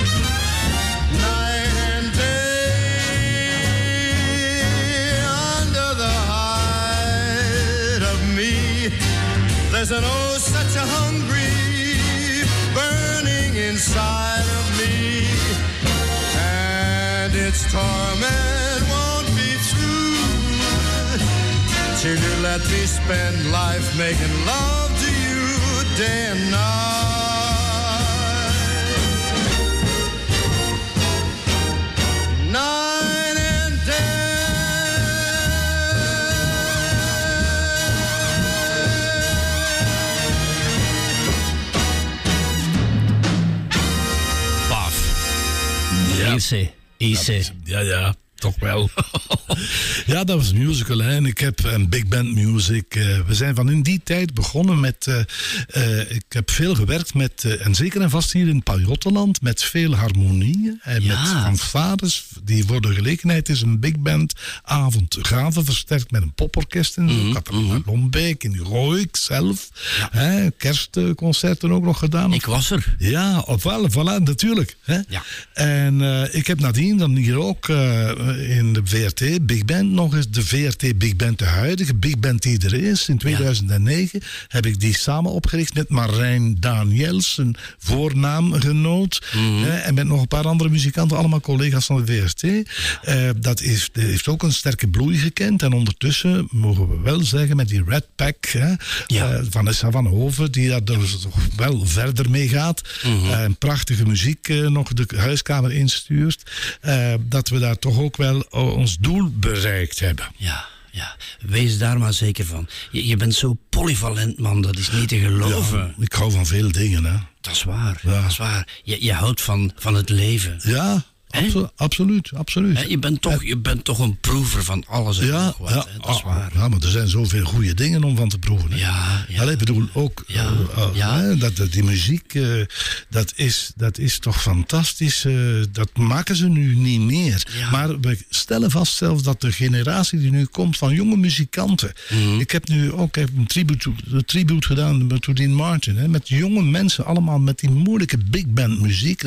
night and day, under the hide of me. There's an oh, such a hungry burning inside of me, and its torment won't be through till you let me spend life making love to you day and night, night and day.
Easy.
Ja, toch wel. Ja, dat was musical. Hè. En ik heb een big band music. We zijn van in die tijd begonnen met... ik heb veel gewerkt met... en zeker en vast hier in Pajottenland... met veel harmonieën. En met fanfares. Die voor de gelegenheid is een big band avond gaven. Versterkt met een poporkest. In Catharina Lombeek, in Gooik zelf. Ja. Hè, kerstconcerten ook nog gedaan.
Ik was er.
Ja, voilà, natuurlijk. Hè.
Ja.
En ik heb nadien dan hier ook in de VRT Big Band nog eens de VRT Big Band, de huidige Big Band die er is. In 2009 heb ik die samen opgericht met Marijn Daniels, een voornaamgenoot. En met nog een paar andere muzikanten, allemaal collega's van de VRT. Dat heeft ook een sterke bloei gekend. En ondertussen mogen we wel zeggen met die Red Pack, Vanessa van Hoven, die daar dus toch wel verder mee gaat. Prachtige muziek nog de huiskamer instuurt. Dat we daar toch ook wel ons doel bereikt hebben.
Ja, wees daar maar zeker van. Je bent zo polyvalent, man, dat is niet te geloven.
Ja, ik hou van veel dingen, hè.
Dat is waar, dat is waar. Je houdt van het leven.
Ja. Absoluut.
Je bent toch een proever van alles en nog wat. Hè? Dat is waar.
Ja, maar er zijn zoveel goede dingen om van te proeven. Hè? Allee, ik bedoel ook die muziek, dat is toch fantastisch. Dat maken ze nu niet meer. Ja. Maar we stellen vast zelfs dat de generatie die nu komt van jonge muzikanten. Ik heb nu ook een tribute gedaan met Dean Martin. Hè, met jonge mensen, allemaal met die moeilijke big band muziek.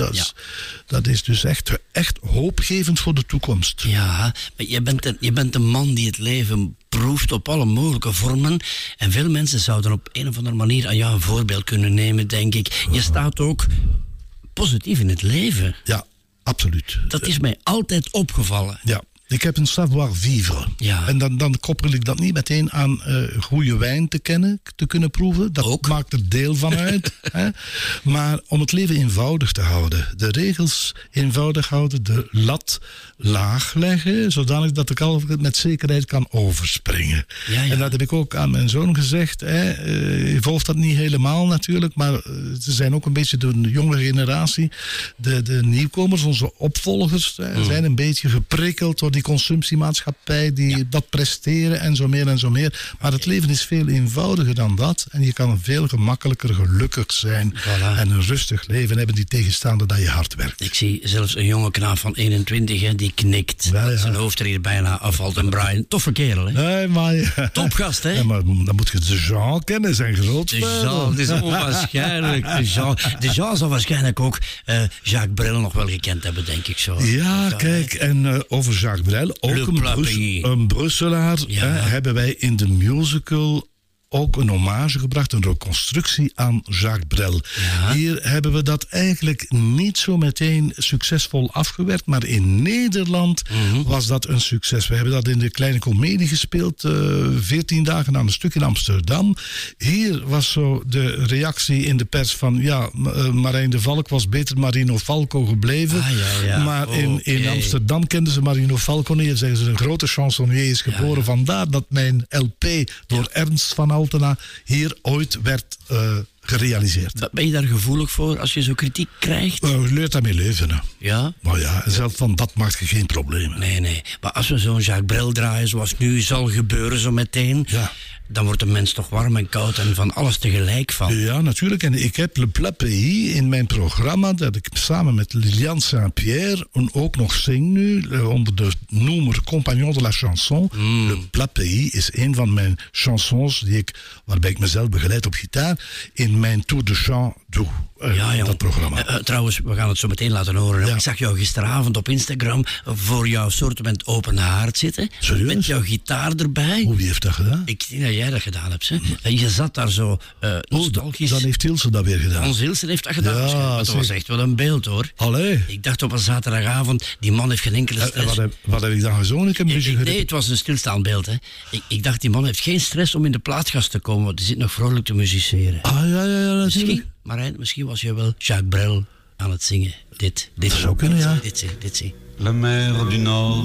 Dat is dus echt hoopgevend voor de toekomst. Ja,
maar je bent een man die het leven proeft op alle mogelijke vormen. En veel mensen zouden op een of andere manier aan jou een voorbeeld kunnen nemen, denk ik. Je staat ook positief in het leven.
Ja, absoluut.
Dat is mij altijd opgevallen.
Ja. Ik heb een savoir-vivre. Ja. En dan koppel ik dat niet meteen aan goede wijn te kunnen proeven. Dat ook maakt er deel van uit. Hè? Maar om het leven eenvoudig te houden. De regels eenvoudig houden. De lat laag leggen. Zodanig dat ik altijd met zekerheid kan overspringen. Ja. En dat heb ik ook aan mijn zoon gezegd. Je volgt dat niet helemaal natuurlijk. Maar ze zijn ook een beetje de jonge generatie. De nieuwkomers, onze opvolgers, zijn een beetje geprikkeld door die consumptiemaatschappij die dat presteren en zo meer. Maar het leven is veel eenvoudiger dan dat. En je kan veel gemakkelijker gelukkig zijn. Voilà. En een rustig leven hebben die tegenstaande dat je hard werkt.
Ik zie zelfs een jonge knaap van 21 die knikt. Zijn hoofd er hier bijna afvalt. En Brian, toffe kerel, hè?
Nee, maar
topgast, hè?
Ja, maar dan moet je de Jean kennen, zijn groot.
De Jean, het is onwaarschijnlijk. De Jean zal waarschijnlijk ook Jacques Brel nog wel gekend hebben, denk ik zo.
Ja, kijk, en over Jacques Brel, ook een Brusselaar, hebben wij in de musical ook een hommage gebracht, een reconstructie aan Jacques Brel. Ja. Hier hebben we dat eigenlijk niet zo meteen succesvol afgewerkt, maar in Nederland was dat een succes. We hebben dat in de Kleine Comedie gespeeld, 14 dagen aan een stuk in Amsterdam. Hier was zo de reactie in de pers van, Marijn de Valk was beter Marino Falco gebleven. Maar in Amsterdam kenden ze Marino Falco niet. Zeggen ze, een grote chansonnier is geboren. Vandaar dat mijn LP door Ernst van Altena hier ooit werd gerealiseerd.
Ben je daar gevoelig voor als je zo kritiek krijgt?
Je leert daarmee leven. Hè.
Ja?
Maar ja, zelf van dat maakt je geen probleem.
Nee. Maar als we zo'n Jacques Brel draaien zoals nu zal gebeuren zo meteen, dan wordt de mens toch warm en koud en van alles tegelijk van.
Ja, natuurlijk. En ik heb Le Plat Pays in mijn programma, dat ik samen met Liliane Saint-Pierre ook nog zing nu, onder de noemer Compagnon de la Chanson. Le Plat Pays is een van mijn chansons waarbij ik mezelf begeleid op gitaar in mijn Tour de Chant doe. Dat programma.
Trouwens, we gaan het zo meteen laten horen. Ja. Ik zag jou gisteravond op Instagram voor jouw soortement open haard zitten.
Serieus?
Met jouw gitaar erbij.
Wie heeft dat gedaan?
Ik denk dat jij dat gedaan hebt. Hè? Je zat daar zo nostalgisch.
Dan heeft Ilse dat weer gedaan.
Ons Ilse heeft dat gedaan. Ja, dat was echt wel een beeld, hoor.
Allee.
Ik dacht op een zaterdagavond, die man heeft geen enkele stress.
Wat heb ik dan gezongen?
Nee, het was een stilstaand beeld. Hè. Ik dacht, die man heeft geen stress om in de plaatsgast te komen. Want die zit nog vrolijk te musiceren.
Ja, natuurlijk.
Marijn, misschien was je wel Jacques Brel aan het zingen. Dit
zou kunnen, ja.
Dit zie.
La mer du Nord,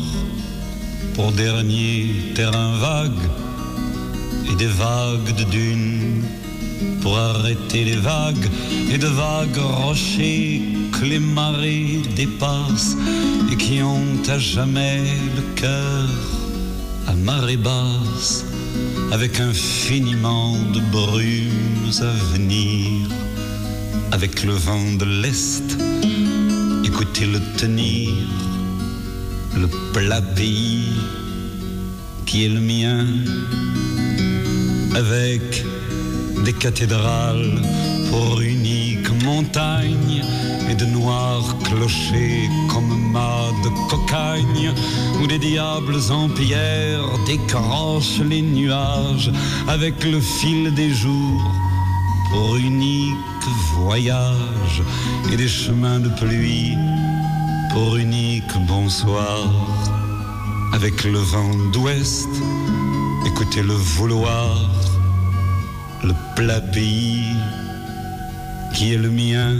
pour dernier terrain vague, et des vagues de dunes, pour arrêter les vagues, et de vagues rochers que les marées dépassent, et qui ont à jamais le cœur à marée basse, avec infiniment de brumes à venir. Avec le vent de l'Est, écoutez-le tenir, le plat pays qui est le mien, avec des cathédrales pour unique montagne et de noirs clochers comme mâts de cocagne, où des diables en pierre décrochent les nuages avec le fil des jours pour unique voyage, et des chemins de pluie pour unique bonsoir. Avec le vent d'ouest, écoutez le vouloir, le plat pays qui est le mien,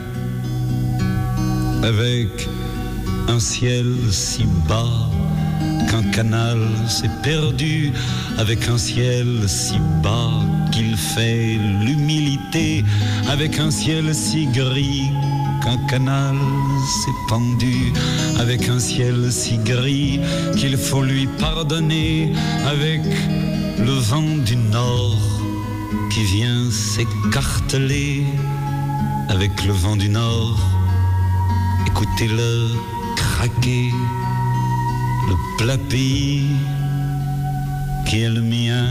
avec un ciel si bas qu'un canal s'est perdu, avec un ciel si bas qu'il fait l'humilité, avec un ciel si gris qu'un canal s'est pendu, avec un ciel si gris qu'il faut lui pardonner, avec le vent du nord qui vient s'écarteler, avec le vent du nord, écoutez-le craquer, le plat pays qui est le mien,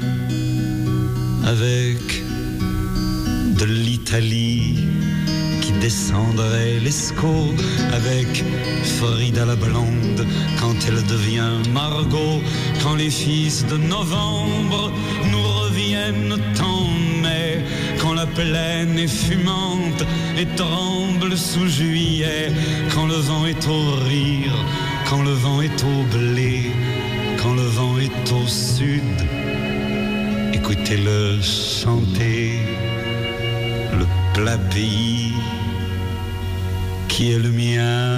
avec de l'Italie qui descendrait l'Escaut, avec Frida la blonde quand elle devient Margot, quand les fils de novembre nous reviennent en mai, quand la plaine est fumante et tremble sous juillet, quand le vent est au rire, quand le vent est au blé, quand le vent est au sud, écoutez-le chanter, le plat pays qui est le mien.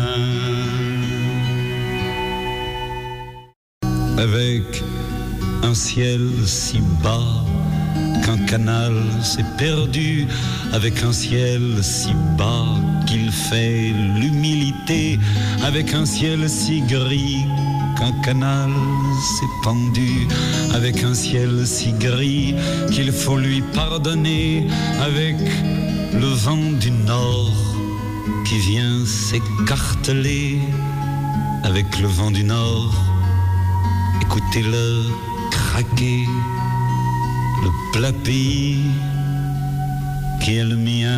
Avec un ciel si bas qu'un canal s'est perdu, avec un ciel si bas qu'il fait l'humilité, avec un ciel si gris qu'un canal s'est pendu, avec un ciel si gris qu'il faut lui pardonner, avec le vent du nord qui vient s'écarteler, avec le vent du nord, écoutez-le craquer, le plat pays qui est le mien,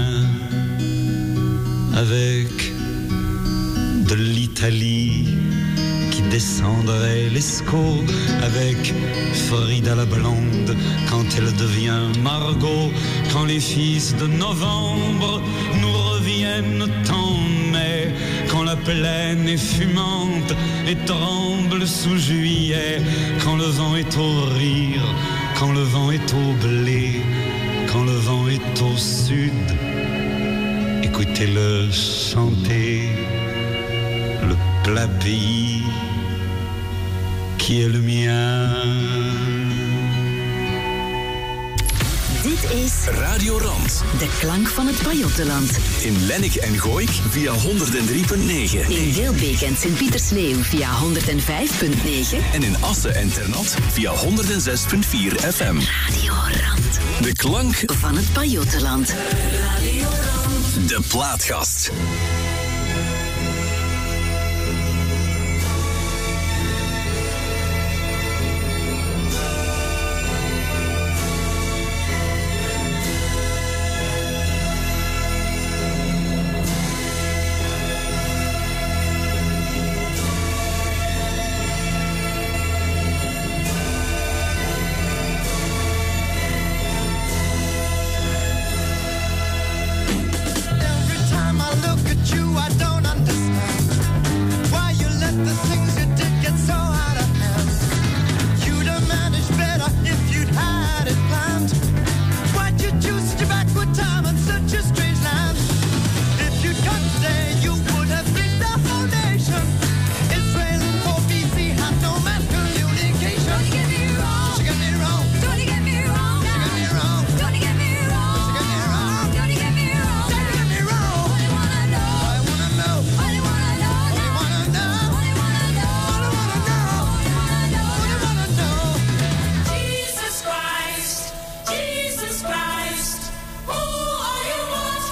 avec de l'Italie qui descendrait l'Escaut, avec Frida la blonde quand elle devient Margot, quand les fils de novembre nous reviennent en mai, quand la plaine est fumante et tremble sous juillet, quand le vent est au rire, quand le vent est au blé, quand le vent est au sud, écoutez-le chanter, le plat pays qui est le mien.
Dit is
Radio Rand.
De klank van het Pajottenland.
In Lennik en Gooik via 103.9.
In Wilbeek en Sint-Pietersleeuw via 105.9.
En in Assen en Ternat via 106.4 FM.
Radio Rand.
De klank
van het Pajottenland.
Radio Rand. De Plaatgast.
Jesus Christ, who are you want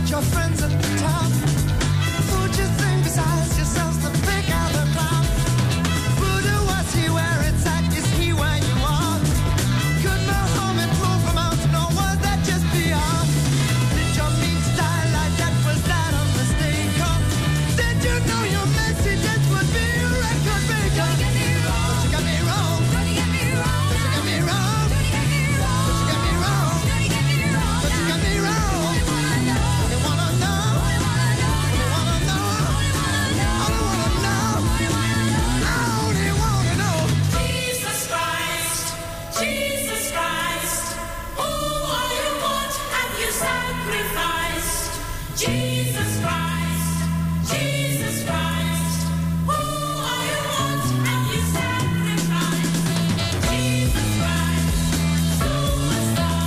got your friends at the top. Who'd you think besides yourselves to pick out the crowd? Buddha, was he where it's at? Is he where you are? Could Muhammad rule from mountain, or was that just beyond? Did your means die like that? Was that a mistake? Or did you know your messages would be a record breaker? But you got me wrong. But you got me wrong. But you got me wrong. But you got me wrong. But you got me wrong. You wanna know? You wanna know? You wanna know? I don't wanna know. I only wanna know.
Jesus Christ, Jesus Christ, who are you, what have you sacrificed? Jesus Christ, Jesus Christ, who are you, what have you sacrificed? Jesus Christ, superstar.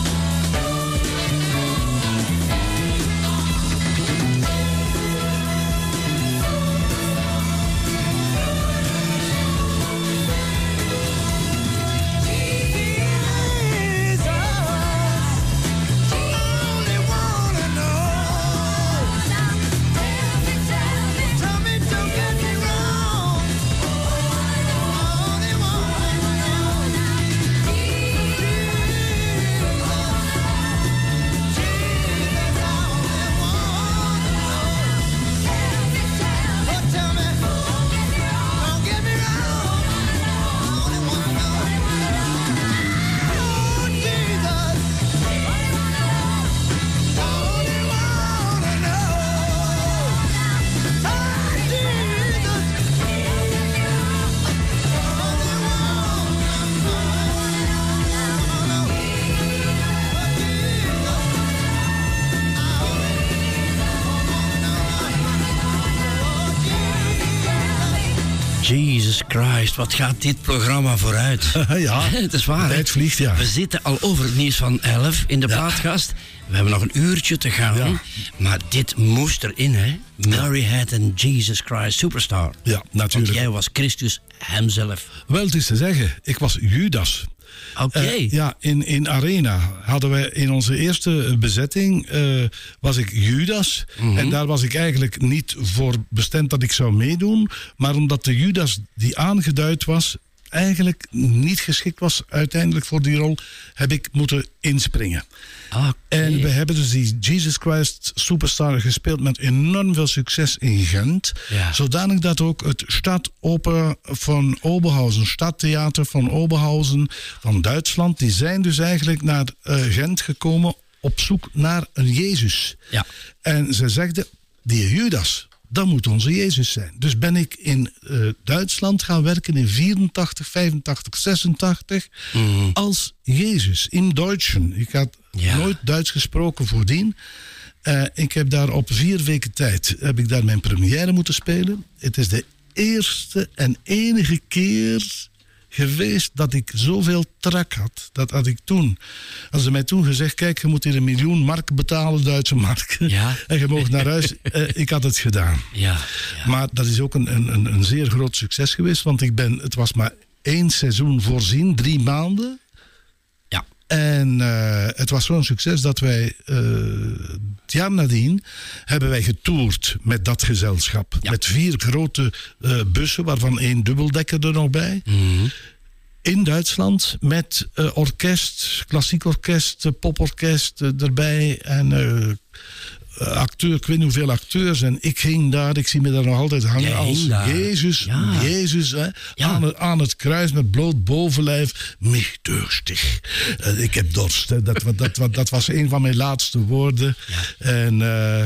Jesus Christ, wat gaat dit programma vooruit?
Ja,
het is waar.
tijd vliegt, ja.
We zitten al over het nieuws van 11 in de plaatkast. We hebben nog een uurtje te gaan.
Ja.
Maar dit moest erin, hè? Mary had and Jesus Christ Superstar.
Ja, natuurlijk.
Want jij was Christus hemzelf.
Wel, het is te zeggen, ik was Judas.
Oké.
Ja, in Arena hadden wij in onze eerste bezetting, was ik Judas. En daar was ik eigenlijk niet voor bestemd dat ik zou meedoen. Maar omdat de Judas die aangeduid was, eigenlijk niet geschikt was uiteindelijk voor die rol, heb ik moeten inspringen.
Okay.
En we hebben dus die Jesus Christ Superstar gespeeld met enorm veel succes in Gent.
Ja.
Zodanig dat ook het Stadtoper van Oberhausen, Stadtheater van Oberhausen van Duitsland, die zijn dus eigenlijk naar Gent gekomen op zoek naar een Jezus.
Ja.
En ze zegden, die Judas, dat moet onze Jezus zijn. Dus ben ik in Duitsland gaan werken in 84, 85, 86 als Jezus in Deutschen. Ik had nooit Duits gesproken voordien. Ik heb daar op 4 weken tijd heb ik daar mijn première moeten spelen. Het is de eerste en enige keer geweest dat ik zoveel trek had. Dat had ik toen. Als ze mij toen gezegd, kijk, je moet hier 1 miljoen mark betalen, Duitse mark.
Ja.
En je mag naar huis. Ik had het gedaan.
Ja.
Maar dat is ook een zeer groot succes geweest. Want het was maar 1 seizoen voorzien, 3 maanden.
Ja.
En het was zo'n succes dat wij het jaar nadien hebben wij getoerd met dat gezelschap. Ja. Met 4 grote bussen, waarvan 1 dubbeldekker er nog bij. In Duitsland met orkest, klassiek orkest, poporkest erbij en acteur, ik weet niet hoeveel acteurs. En ik ging daar, ik zie me daar nog altijd hangen als Jezus, Jezus, hè, aan het kruis met bloot bovenlijf. Mich durstig. Ik heb dorst. Hè. Dat was een van mijn laatste woorden. Ja. En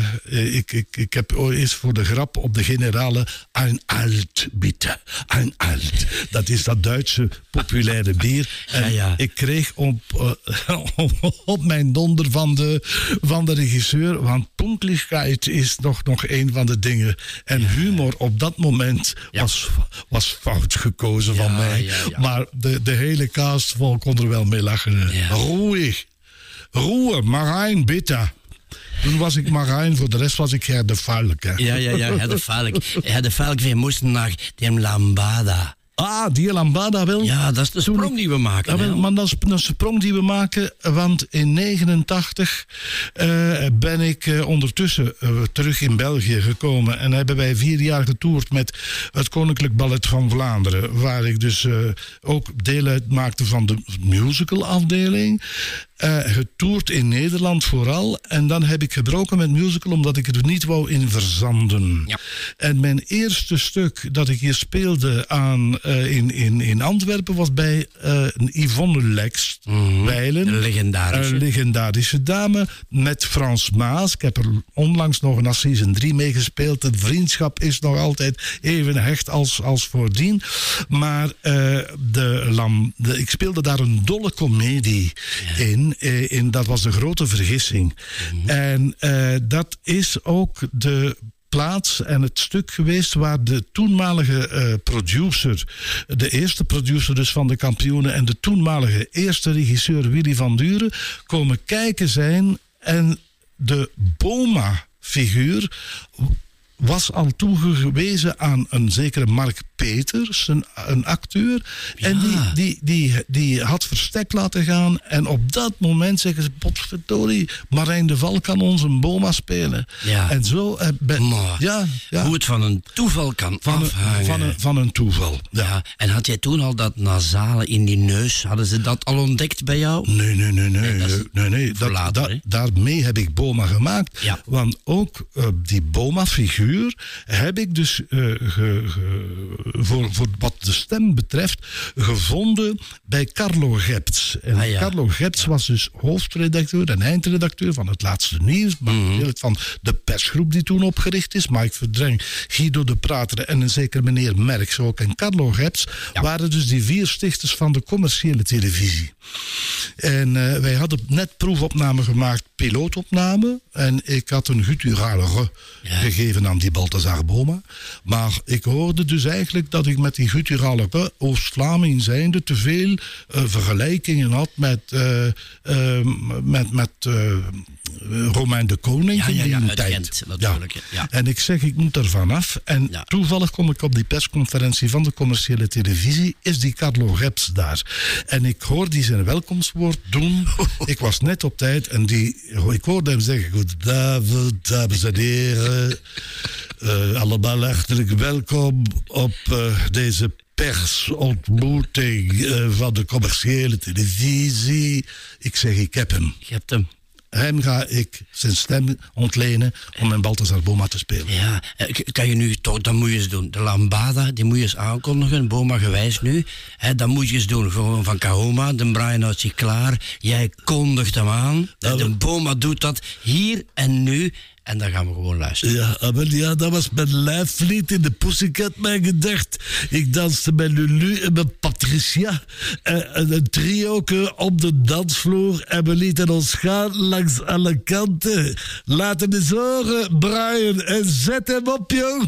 ik heb eerst voor de grap op de generale een alt, bitte. Een alt. Dat is dat Duitse populaire bier. En ik kreeg op mijn donder van de regisseur, want punktelijkheid is nog een van de dingen. En humor op dat moment was fout gekozen van mij. Ja. Maar de hele cast kon er wel mee lachen. Ja. Ruhe, Marijn, bitte. Toen was ik Marijn, voor de rest was ik Herr de Valk. Hè.
Ja, Herr de Valk. Herr de Valk, we moesten naar de Lambada.
Die lambada wel.
Ja, dat is de sprong die we maken.
Ja, maar dat is een sprong die we maken, want in 1989 ben ik ondertussen terug in België gekomen en hebben wij 4 jaar getoerd met het Koninklijk Ballet van Vlaanderen, waar ik dus ook deel uitmaakte van de musicalafdeling. Getoerd in Nederland vooral. En dan heb ik gebroken met musical omdat ik er niet wou in verzanden. Ja. En mijn eerste stuk dat ik hier speelde in Antwerpen was bij Yvonne Lex Weilen.
Een
legendarische dame met Frans Maas. Ik heb er onlangs nog een Assise 3 meegespeeld. De vriendschap is nog altijd even hecht als voordien. Maar ik speelde daar een dolle komedie in. Dat was een grote vergissing. En dat is ook de plaats en het stuk geweest waar de toenmalige producer, de eerste producer dus van de Kampioenen en de toenmalige eerste regisseur Willy van Duren komen kijken zijn en de Boma-figuur was al toegewezen aan een zekere Mark Peters, een acteur. Ja. En die had verstek laten gaan. En op dat moment zeggen ze, potverdorie, Marijn de Val kan ons een Boma spelen.
Ja.
En zo...
Hoe het van een toeval kan afhangen.
Van een toeval, ja.
En had jij toen al dat nasale in die neus, hadden ze dat al ontdekt bij jou?
Nee. Daarmee heb ik Boma gemaakt. Ja. Want ook die Boma-figuur heb ik dus voor wat de stem betreft gevonden bij Carlo Gebts. En Carlo Gebts was dus hoofdredacteur en eindredacteur van Het Laatste Nieuws, maar van de persgroep die toen opgericht is. Mike Verdreng, Guido de Prater en een zeker meneer Merks ook. En Carlo Gebts waren dus die 4 stichters van de commerciële televisie. En wij hadden net proefopname gemaakt, pilootopname. En ik had een gutturale gegeven aan die Balthazar Boma. Maar ik hoorde dus eigenlijk dat ik met die gutturale Oost-Vlaming zijnde te veel vergelijkingen had met Romein de Koning in die tijd. Ja. En ik zeg, ik moet er vanaf. En toevallig kom ik op die persconferentie van de commerciële televisie, is die Carlo Gebs daar. En ik hoor die zijn welkomstwoord doen. Ik was net op tijd en ik hoorde hem zeggen, goedenavond, dames en heren. Allemaal hartelijk welkom op deze persontmoeting van de commerciële televisie. Ik zeg, ik heb hem.
Je hebt hem.
Hem ga ik zijn stem ontlenen om mijn Balthazar Boma te spelen.
Ja, kan je nu toch, dat moet je eens doen. De lambada, die moet je eens aankondigen, Boma gewijs nu. Dat moet je eens doen, gewoon van Kahoma. De Brian houdt zich klaar. Jij kondigt hem aan. De Boma doet dat hier en nu. En dan gaan we gewoon luisteren.
Ja, dat was mijn lijflied in de Pussycat, mijn gedacht. Ik danste met Lulu en met Patricia. Een trio op de dansvloer. En we lieten ons gaan langs alle kanten. Laat hem eens horen, Brian. En zet hem op, joh.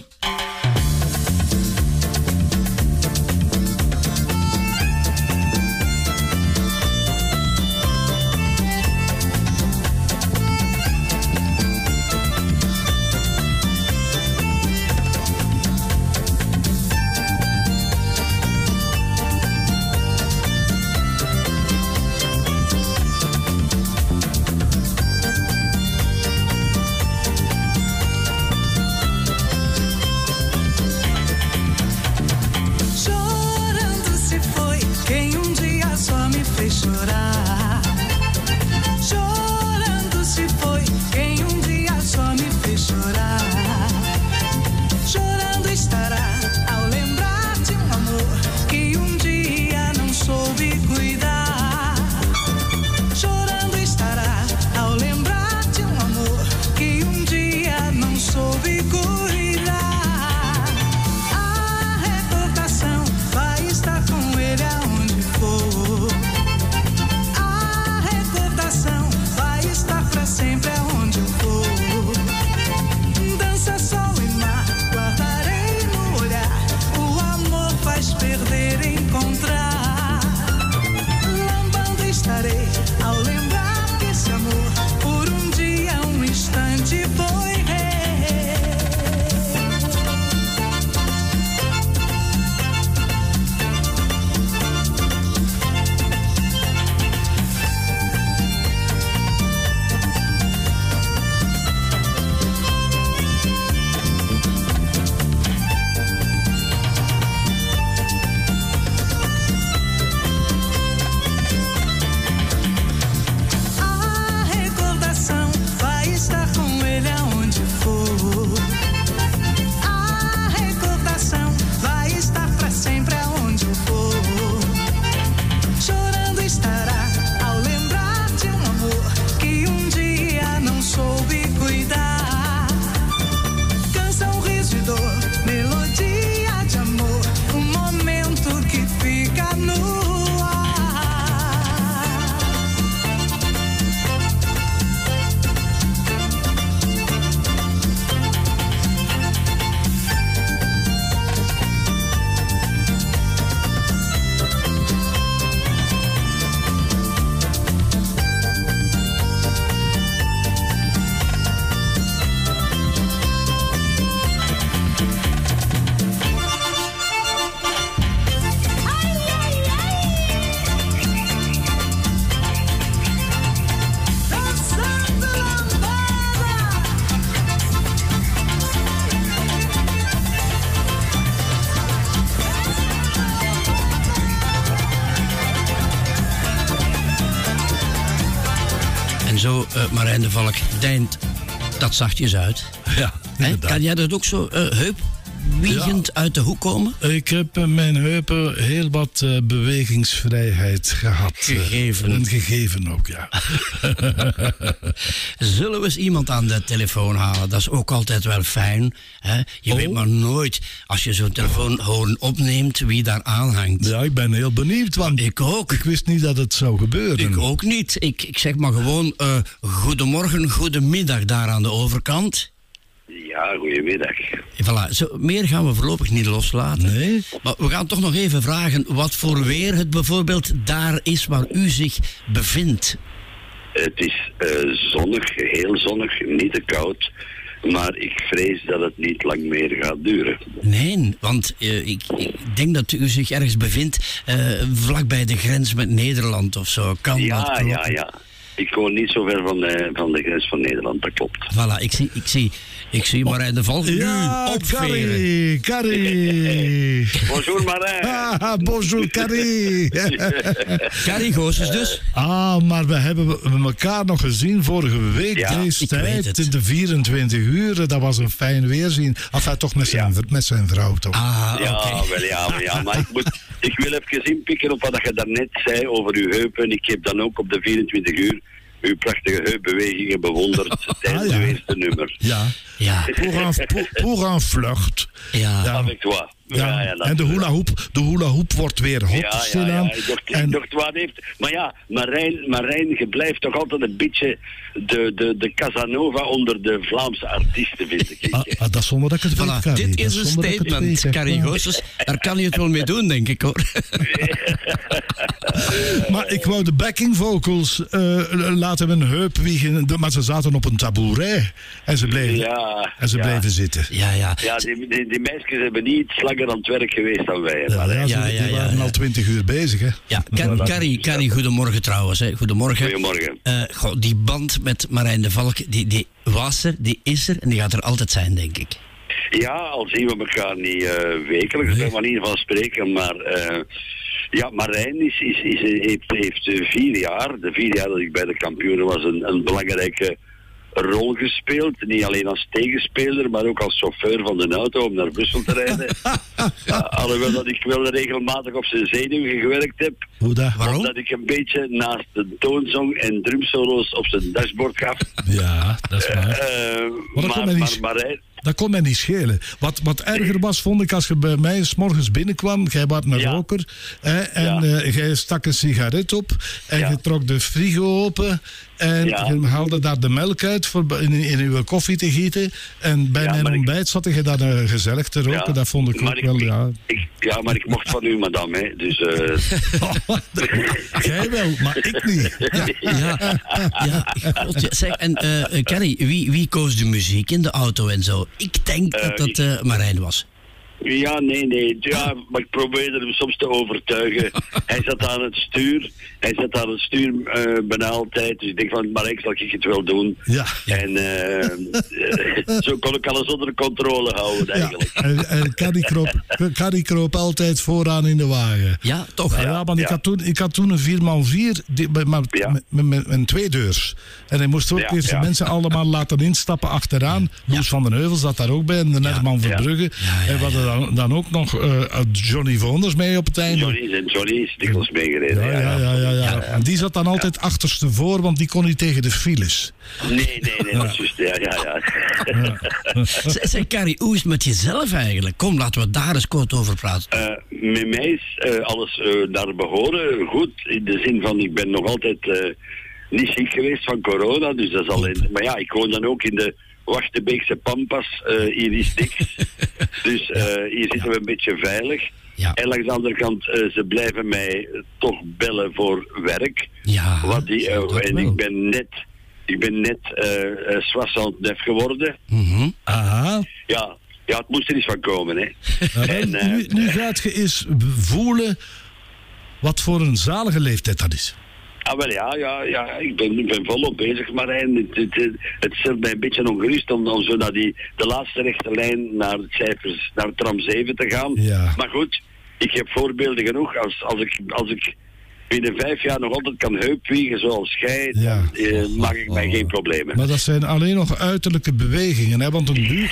zo, Marijn de Valk, deint dat zachtjes uit.
Ja, inderdaad.
Kan jij dat ook zo heupwiegend uit de hoek komen?
Ik heb mijn heupen heel wat bewegingsvrijheid gehad.
Gegeven.
En gegeven ook, ja.
Zullen we eens iemand aan de telefoon halen? Dat is ook altijd wel fijn. Hè? Je weet maar nooit, als je zo'n telefoonhoorn opneemt, wie daar aanhangt.
Ja, ik ben heel benieuwd, want
ik ook.
Ik wist niet dat het zou gebeuren.
Ik ook niet. Ik zeg maar gewoon, goedemorgen, goedemiddag daar aan de overkant.
Ja, goedemiddag.
Voilà, meer gaan we voorlopig niet loslaten.
Nee.
Maar we gaan toch nog even vragen wat voor weer het bijvoorbeeld daar is waar u zich bevindt.
Het is zonnig, heel zonnig, niet te koud. Maar ik vrees dat het niet lang meer gaat duren.
Nee, want ik denk dat u zich ergens bevindt vlakbij de grens met Nederland of zo. Kan dat kloppen?
Ja. Ik woon niet zo ver van de grens van Nederland, dat klopt.
Voilà, ik zie Marijn de Valk nu opveren.
Carrie.
Bonjour Marijn.
Bonjour Carrie.
Carrie Goossens dus.
Maar we hebben elkaar nog gezien vorige week.
Ja,
deze
ik weet
tijd,
het.
in de 24 uur. Dat was een fijn weerzien. Enfin, toch met zijn vrouw, toch?
Maar ik wil even inpikken op wat je daarnet zei over uw heupen. Ik heb dan ook op de 24 uur uw prachtige heupbewegingen bewonderd tijdens uw eerste nummer.
Ja.
Pour un flirt.
Ja.
Avec toi.
Ja, en de hula hoop wordt weer hot stilaan.
Ik dacht wat heeft. Maar ja, Marijn, je blijft toch altijd een beetje de Casanova onder de Vlaamse artiesten, vind ik.
Dat is zonder dat ik het weet, Carrie.
Dit is een statement, Carrie Goossens. Daar kan je het wel mee doen, denk ik, hoor.
Maar ik wou de backing vocals laten we een heup wiegen, maar ze zaten op een tabouret en ze bleven zitten.
Ja, die meisjes hebben niet langer aan het werk geweest dan wij.
Die waren al 20 uur bezig, hè?
Ja, Carrie, goedemorgen trouwens. Hè. Goedemorgen.
Goedemorgen.
Die band met Marijn de Valk, die was er, die is er en die gaat er altijd zijn, denk ik.
Ja, al zien we elkaar niet wekelijks, bij manier van spreken, maar Marijn heeft 4 jaar, de 4 jaar dat ik bij de kampioenen was, een belangrijke rol gespeeld. Niet alleen als tegenspeler, maar ook als chauffeur van de auto om naar Brussel te rijden. Alhoewel dat ik wel regelmatig op zijn zenuwen gewerkt heb.
Hoe dat?
Waarom?
Omdat ik een beetje naast de toonzong en drumsolo's op zijn dashboard gaf.
Ja, dat is waar.
Marijn...
Dat kon mij niet schelen. Wat erger was, vond ik, als je bij mij 's morgens binnenkwam, jij was een roker, en jij stak een sigaret op, en je trok de frigo open, en je haalde daar de melk uit voor in uw koffie te gieten, en bij mijn ontbijt zat je daar gezellig te roken, dat vond ik ook wel,
maar ik mocht van u, madame, hè, dus...
Jij wel, maar ik niet.
Zeg, en Carrie, wie koos de muziek in de auto en zo? Ik denk dat dat Marijn was.
Ja, nee. Ja, maar ik probeerde hem soms te overtuigen. Hij zat aan het stuur bijna altijd. Dus ik denk van, Marijn, zal ik het wel doen.
Ja.
En zo kon ik alles onder controle houden, eigenlijk.
En Carrie kroop altijd vooraan in de wagen.
Ja, toch?
Ja, want ik had toen een 4x4 met 2 deurs. En hij moest ook eerst de mensen allemaal laten instappen achteraan. Loes van den Heuvel zat daar ook bij. En de Netman Verbrugge. En we hadden dan ook nog Johnny Vonders mee op het einde.
Johnny is dikwijls meegereden.
Ja. En die zat dan altijd achterstevoor, want die kon niet tegen de files.
Nee, dat is juist,
Zeg Carrie, hoe is het met jezelf eigenlijk? Kom, laten we daar eens kort over praten.
Met mij is alles naar behoren goed. In de zin van, ik ben nog altijd niet ziek geweest van corona. Dus dat is alleen. Maar ja, ik woon dan ook in de Wachtenbeekse Pampas. Hier is niks. Dus hier zitten we een beetje veilig.
Ja.
En langs de andere kant, ze blijven mij toch bellen voor werk.
Ja,
en ik ben net 69 geworden.
Aha.
Ja, het moest er eens van komen, hè.
Nu gaat je eens voelen wat voor een zalige leeftijd dat is.
Wel ja, ik ben volop bezig, maar het stelt mij een beetje ongerust om zo naar de laatste rechte lijn naar de cijfers, naar tram 7 te gaan.
Ja.
Maar goed, ik heb voorbeelden genoeg. Als ik binnen 5 jaar nog altijd kan heupwiegen zoals jij, dan maak ik mij geen problemen.
Maar dat zijn alleen nog uiterlijke bewegingen, hè? Want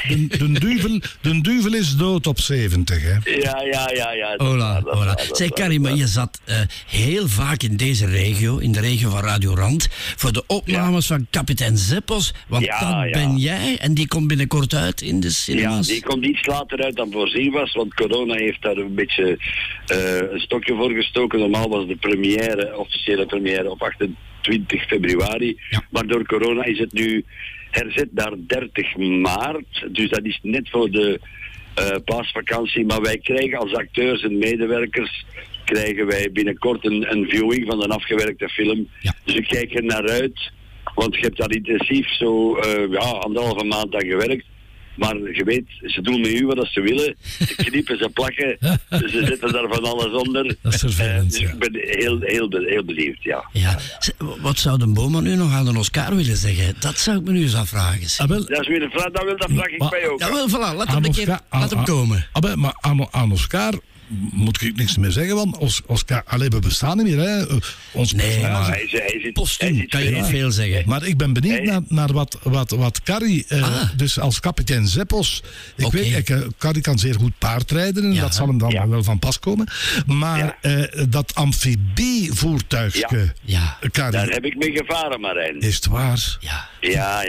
de duivel is dood op 70, hè?
Ja.
Hola. Zeg, Carrie, maar je zat heel vaak in deze regio, in de regio van Radio Rand, voor de opnames van Kapitein Zeppos, want dat ben jij, en die komt binnenkort uit in de cinemas.
Ja, die komt iets later uit dan voorzien was, want corona heeft daar een beetje een stokje voor gestoken. Normaal was de officiële première op 28 februari, maar door corona is het nu herzet naar 30 maart, dus dat is net voor de paasvakantie, maar wij krijgen als acteurs en medewerkers binnenkort een viewing van een afgewerkte film. Ja. Dus ik kijk er naar uit, want je hebt daar intensief zo 1,5 maand aan gewerkt. Maar je weet, ze doen met u wat ze willen. Ze knippen, ze plakken, ze zetten daar van alles onder.
Dat is vervelend,
dus ik ben heel benieuwd,
ja. Wat zou de Boma nu nog aan de Oscar willen zeggen? Dat zou ik me nu eens afvragen.
Dat is weer een vraag, dat vraag ik mij ook.
Jawel, voilà, laat hem komen.
Maar aan Oscar moet ik niks meer zeggen, want Oscar, we bestaan niet meer, hè.
Maar hij zit
postuum, kan je niet veel zeggen.
Maar ik ben benieuwd naar wat Carrie, dus als kapitein Zeppos. Ik weet, Carrie kan zeer goed paardrijden en dat zal hem dan wel van pas komen. Maar dat amfibievoertuigje, Carrie,
daar heb ik mee gevaren, Marijn.
Is het waar?
Ja.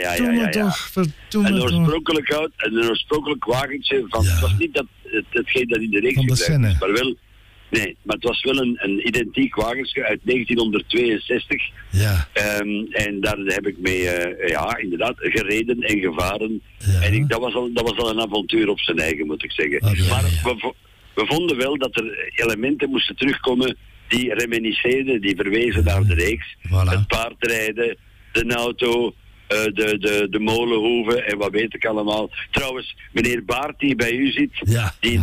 Een oorspronkelijk wagentje van, het was niet hetgeen dat in de reeks gebruikt is, maar wel, maar het was wel een identiek wagentje uit 1962. Ja. En daar heb ik mee, inderdaad, gereden en gevaren. Ja. En dat was al een avontuur op zijn eigen, moet ik zeggen. Maar we vonden wel dat er elementen moesten terugkomen die reminisceerden, die verwezen naar de reeks. Voilà. Het paardrijden, de auto, de molenhoeven en wat weet ik allemaal. Trouwens, meneer Baart die bij u zit, die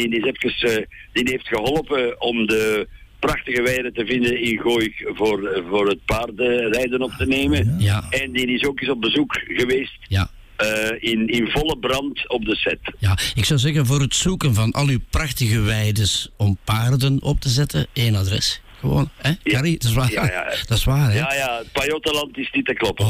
heeft geholpen om de prachtige weiden te vinden in Gooik voor het paardenrijden op te nemen. Ja. En die is ook eens op bezoek geweest. Ja. In volle brand op de set.
Ja, ik zou zeggen, voor het zoeken van al uw prachtige weides om paarden op te zetten, 1 adres. Gewoon, hè? Carrie, dat is waar. Ja. Dat is waar, hè?
Ja, het Pajottenland is niet te kloppen.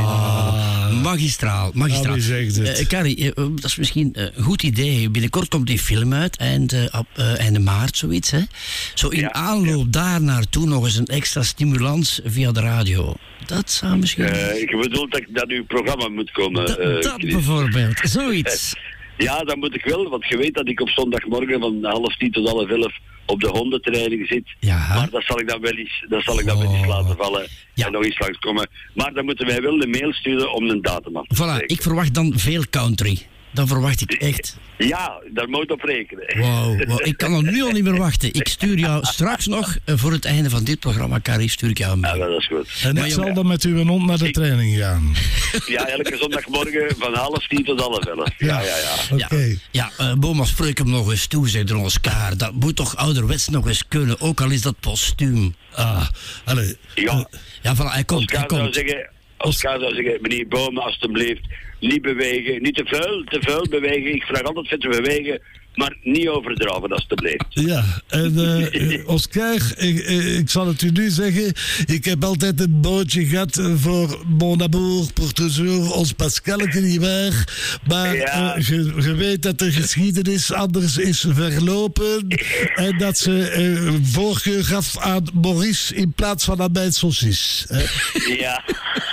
Magistraal. Carrie, dat is misschien een goed idee. Binnenkort komt die film uit, einde maart, zoiets, hè? Zo in aanloop daar naartoe nog eens een extra stimulans via de radio. Dat zou misschien...
ik bedoel dat uw programma moet komen.
Dat bijvoorbeeld, zoiets.
Ja, dat moet ik wel, want je weet dat ik op zondagmorgen van 9:30 tot 11:30 op de hondentraining zit. Ja. Maar dat zal ik dan wel eens laten vallen en nog eens langskomen. Maar dan moeten wij wel een mail sturen om een datum af te spreken.
Ik verwacht dan veel country. Dan verwacht ik echt.
Ja, daar moet je op rekenen.
Wow, ik kan er nu al niet meer wachten. Ik stuur jou straks nog, voor het einde van dit programma, Carrie, stuur ik jou een mail.
Ja, dat is goed.
En ik zal dan met uw hond naar de training gaan.
Ja, elke zondagmorgen van 9:30 tot 11:30. Ja.
Oké.
Ja, Boma, spreek hem nog eens toe, zegt Oscar. Dat moet toch ouderwets nog eens kunnen, ook al is dat postuum.
Allez.
Ja, voilà, hij komt.
Oscar zou zeggen, meneer Boma, alstublieft, niet bewegen, niet te vuil bewegen. Ik vraag altijd vet te bewegen, maar niet overdraven, alstublieft.
Ja, en Oscar, ik zal het u nu zeggen, ik heb altijd een bootje gehad voor mon amour, pour toujours, ons Pascalke, nietwaar. Maar je weet dat de geschiedenis anders is verlopen en dat ze voorkeur gaf aan Maurice in plaats van aan mijn saucis.
Ja.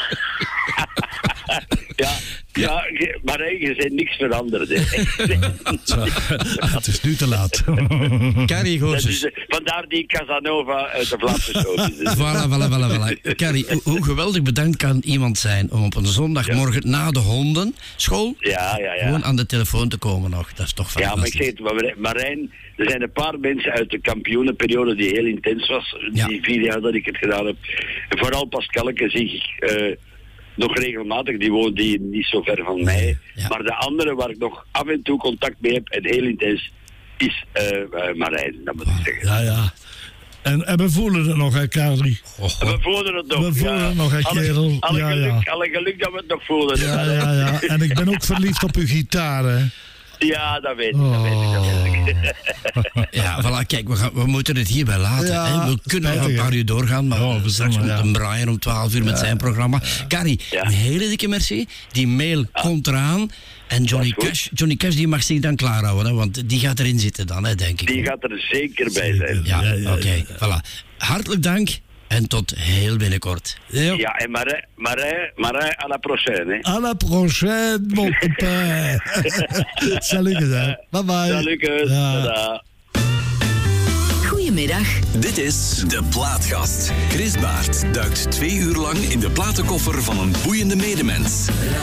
Ja, maar je bent niks veranderd.
Het is nu te laat.
Carrie Goossens.
Vandaar die Casanova uit de Vlaamse show.
Voilà. Carrie, hoe geweldig bedankt kan iemand zijn om op een zondagmorgen na de hondenschool gewoon aan de telefoon te komen nog. Dat is toch fantastisch.
Ja, maar ik zeg het, Marijn, er zijn een paar mensen uit de kampioenenperiode die heel intens was. Die 4 jaar dat ik het gedaan heb. En vooral Pascalke zie ik... nog regelmatig, die woont niet zo ver van mij. Ja. Maar de andere waar ik nog af en toe contact mee heb, en heel intens, is Marijn, dat moet ik zeggen.
Ja. En we voelen het nog, hè, Carrie?
We voelen het nog,
We voelen het nog, hè, kerel.
Alle geluk dat we het nog voelen.
Ja. En ik ben ook verliefd op uw gitaar, hè.
Ja, dat weet ik. Dat weet ik.
Ja, voilà, kijk, we moeten het hierbij laten.
Ja,
Hè. We kunnen nog een paar uur doorgaan, maar straks moet een Brian om 12 uur met zijn programma. Carrie, een hele dikke merci. Die mail komt eraan. En Johnny Cash die mag zich dan klaarhouden, hè, want die gaat erin zitten dan, hè, denk ik.
Die gaat er zeker bij zijn.
Ja, oké, voilà. Hartelijk dank en tot heel binnenkort.
Ja, en Marais, à la prochaine. Hè.
À la prochaine, mon copain. Salut, bye bye.
Salut, tada.
Goedemiddag.
Dit is De Plaatgast. Chris Baert duikt 2 uur lang in de platenkoffer van een boeiende medemens.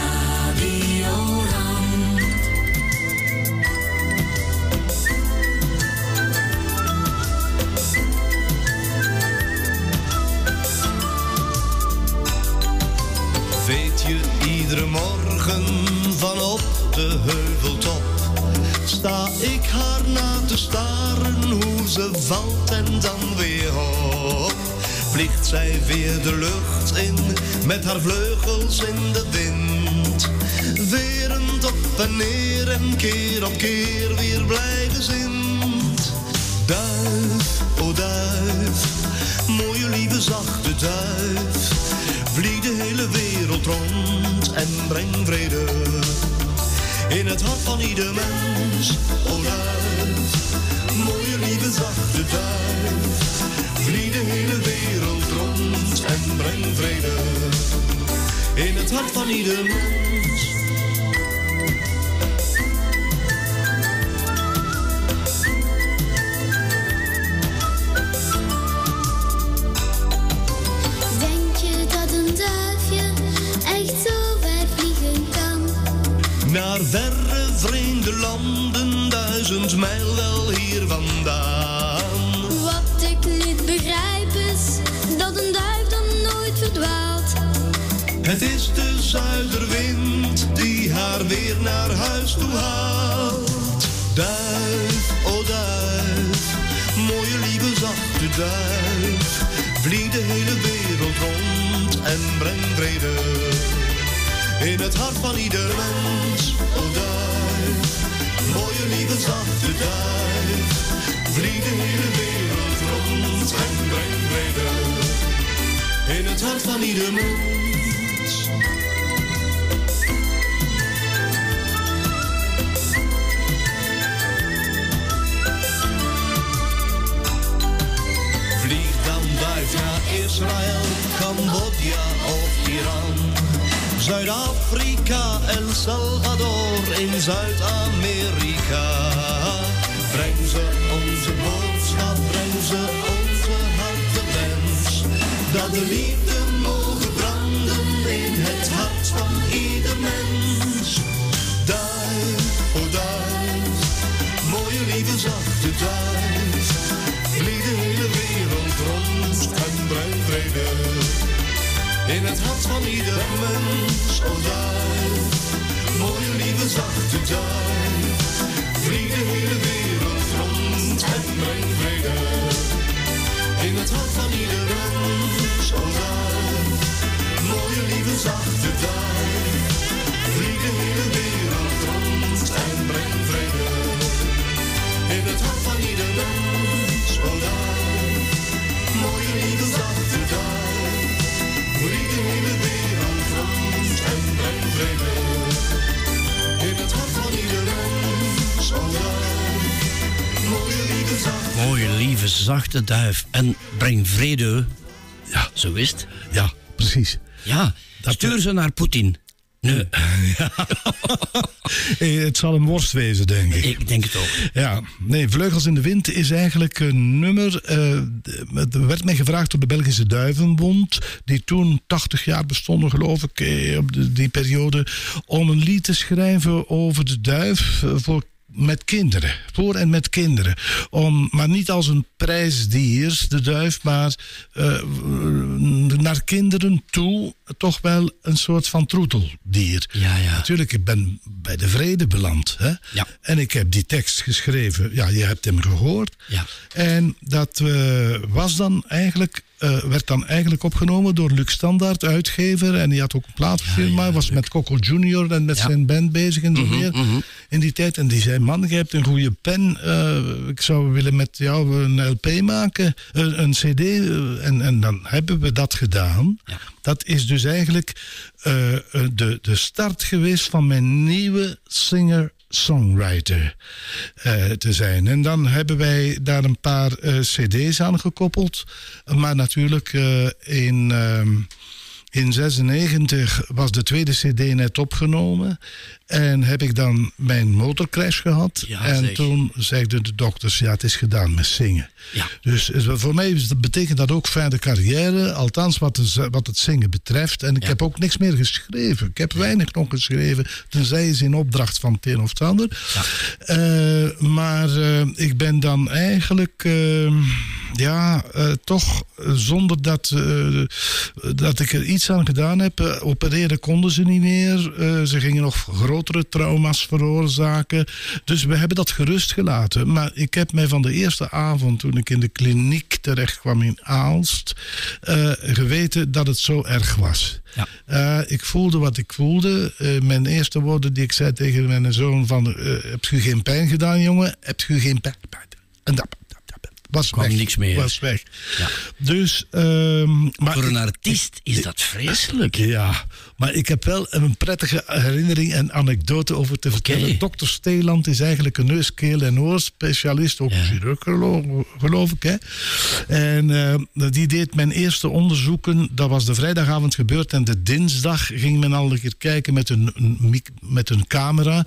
Weet je, iedere morgen van op de heuveltop sta ik haar na te staren, hoe ze valt en dan weer op. Vliegt zij weer de lucht in, met haar vleugels in de wind. Verend op en neer en keer op keer weer blijgezind. Duif, o duif, mooie lieve zachte duif. Vlieg de hele wereld rond en breng vrede in het hart van ieder mens. O duif, mooie lieve zachte duif. Vlieg de hele wereld rond en breng vrede in het hart van ieder mens.
Denk je dat een duifje echt zo ver vliegen kan?
Naar verre vreemde landen, 1000 mijl wel hier vandaan.
Wat ik niet begrijp is dat een duif dan nooit verdwaalt.
Het is de zuiderwind die haar weer naar huis toe haalt. Duif, o duif, mooie lieve zachte duif. Vlieg de hele wereld rond en breng vrede in het hart van ieder mens. O duif, mooie lieve zachte duif. Vlieg de hele wereld rond en breng vrede in het hart van ieder mens. Vlieg dan duif naar Israël, Cambodja of Iran. Zuid-Afrika, El Salvador in Zuid-Amerika. Breng ze onze boodschap, breng ze onze hartenwens. Dat de liefde mogen branden in het hart van ieder mens. Duif, o duif, mooie lieve zachte duif. Vlieg de hele wereld rond en breng vrede in het hart van ieder mens. O duif, mooie lieve zachte duif. Vlieg de hele wereld rond en breng vrede in het hart van ieder mens. O duif, mooie lieve zachte duif. Vlieg de hele wereld rond en breng vrede in het hart van ieder mens. O duif, mooie lieve zachte duif. Vlieg de hele wereld rond en breng vrede in het hart van ieder mens. O duif, mooie lieve zachte.
Mooie, lieve, zachte duif. En breng vrede. Ja, zo is het.
Ja, precies.
Ja, stuur ze naar Poetin. Nu.
Het zal een worst wezen, denk ik.
Ik denk het ook.
Ja, nee, Vleugels in de Wind is eigenlijk een nummer. Er werd mij gevraagd door de Belgische Duivenbond, die toen 80 jaar bestonden, geloof ik, op die periode, om een lied te schrijven over de duif met kinderen, voor en met kinderen. Maar niet als een prijsdier, de duif, maar naar kinderen toe toch wel een soort van troeteldier.
Ja, ja.
Natuurlijk, ik ben bij de vrede beland. Hè?
Ja.
En ik heb die tekst geschreven. Ja, je hebt hem gehoord.
Ja.
En dat was dan eigenlijk werd dan eigenlijk opgenomen door Luc Standaard, uitgever. En die had ook een platenfirma. Was met Coco Junior en met zijn band bezig en zo meer. In die tijd. En die zei, man, je hebt een goede pen. Ik zou willen met jou een LP maken. Een CD. En dan hebben we dat gedaan. Ja. Dat is dus eigenlijk de start geweest van mijn nieuwe singer-songwriter te zijn. En dan hebben wij daar een paar cd's aan gekoppeld. Maar natuurlijk in 1996 was de tweede cd net opgenomen. En heb ik dan mijn motorcrash gehad. Ja, en zeg. Toen zeiden de dokters, ja, het is gedaan met zingen. Ja. Dus voor mij betekent dat ook verder carrière. Althans, wat het zingen betreft. En ik heb ook niks meer geschreven. Ik heb weinig nog geschreven. Tenzij is in opdracht van het een of het ander. Ja. Maar ik ben dan eigenlijk... toch zonder dat ik er iets aan gedaan heb. Opereren konden ze niet meer. Ze gingen nog grotere trauma's veroorzaken. Dus we hebben dat gerust gelaten. Maar ik heb mij van de eerste avond, toen ik in de kliniek terecht kwam in Aalst, geweten dat het zo erg was. Ja. Ik voelde wat ik voelde. Mijn eerste woorden die ik zei tegen mijn zoon van, heb je geen pijn gedaan, jongen? Heb je geen pijn? En dat kwam niks meer. Was weg. Ja. Dus, maar
voor een artiest is dat vreselijk.
Ja, maar ik heb wel een prettige herinnering en anekdote over te vertellen. Dr. Steeland is eigenlijk een neus, keel en oorspecialist, ook chirurg geloof ik. Hè? En die deed mijn eerste onderzoeken. Dat was de vrijdagavond gebeurd en de dinsdag ging men al een keer kijken met een camera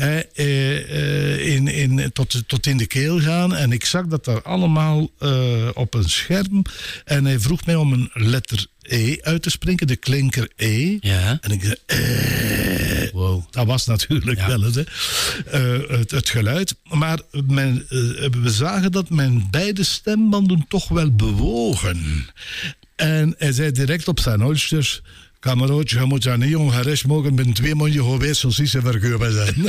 tot in de keel gaan. En ik zag dat daar allemaal op een scherm. En hij vroeg mij om een letter E uit te spreken, de klinker E. Ja. En ik zei, wow. Dat was natuurlijk wel het geluid. Maar we zagen dat mijn beide stembanden toch wel bewogen. En hij zei direct op zijn oortjes, kamerootje, je moet daar niet ongerust mogen met 2 mondje geweest, zoals ze vergeuren zijn.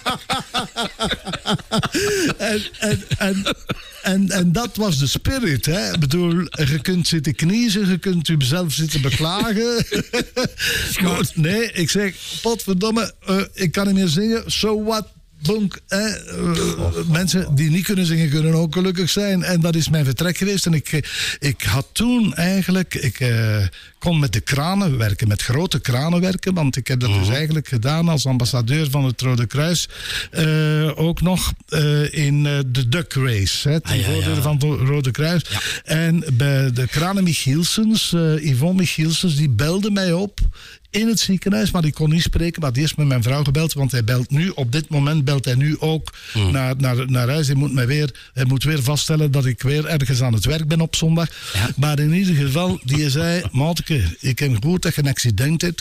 En dat was de spirit, hè. Ik bedoel, je kunt zitten kniezen, je kunt jezelf zitten beklagen. Maar nee, ik zeg, potverdomme, ik kan niet meer zingen, so what? Bonk, mensen die niet kunnen zingen, kunnen ook gelukkig zijn. En dat is mijn vertrek geweest. En ik had toen eigenlijk... Ik kon met de kranen werken, met grote kranen werken. Want ik heb dat dus eigenlijk gedaan als ambassadeur van het Rode Kruis. Ook nog in de Duck Race. Ten voordele van het Rode Kruis. Ja. En bij de kranen Michielsens, Yvonne Michielsens, die belde mij op in het ziekenhuis, maar ik kon niet spreken. Maar die is met mijn vrouw gebeld, want hij belt nu, op dit moment belt hij nu ook naar huis. Hij moet weer vaststellen dat ik weer ergens aan het werk ben op zondag. Ja. Maar in ieder geval, die zei, maatje, ik heb gehoord dat je een accident hebt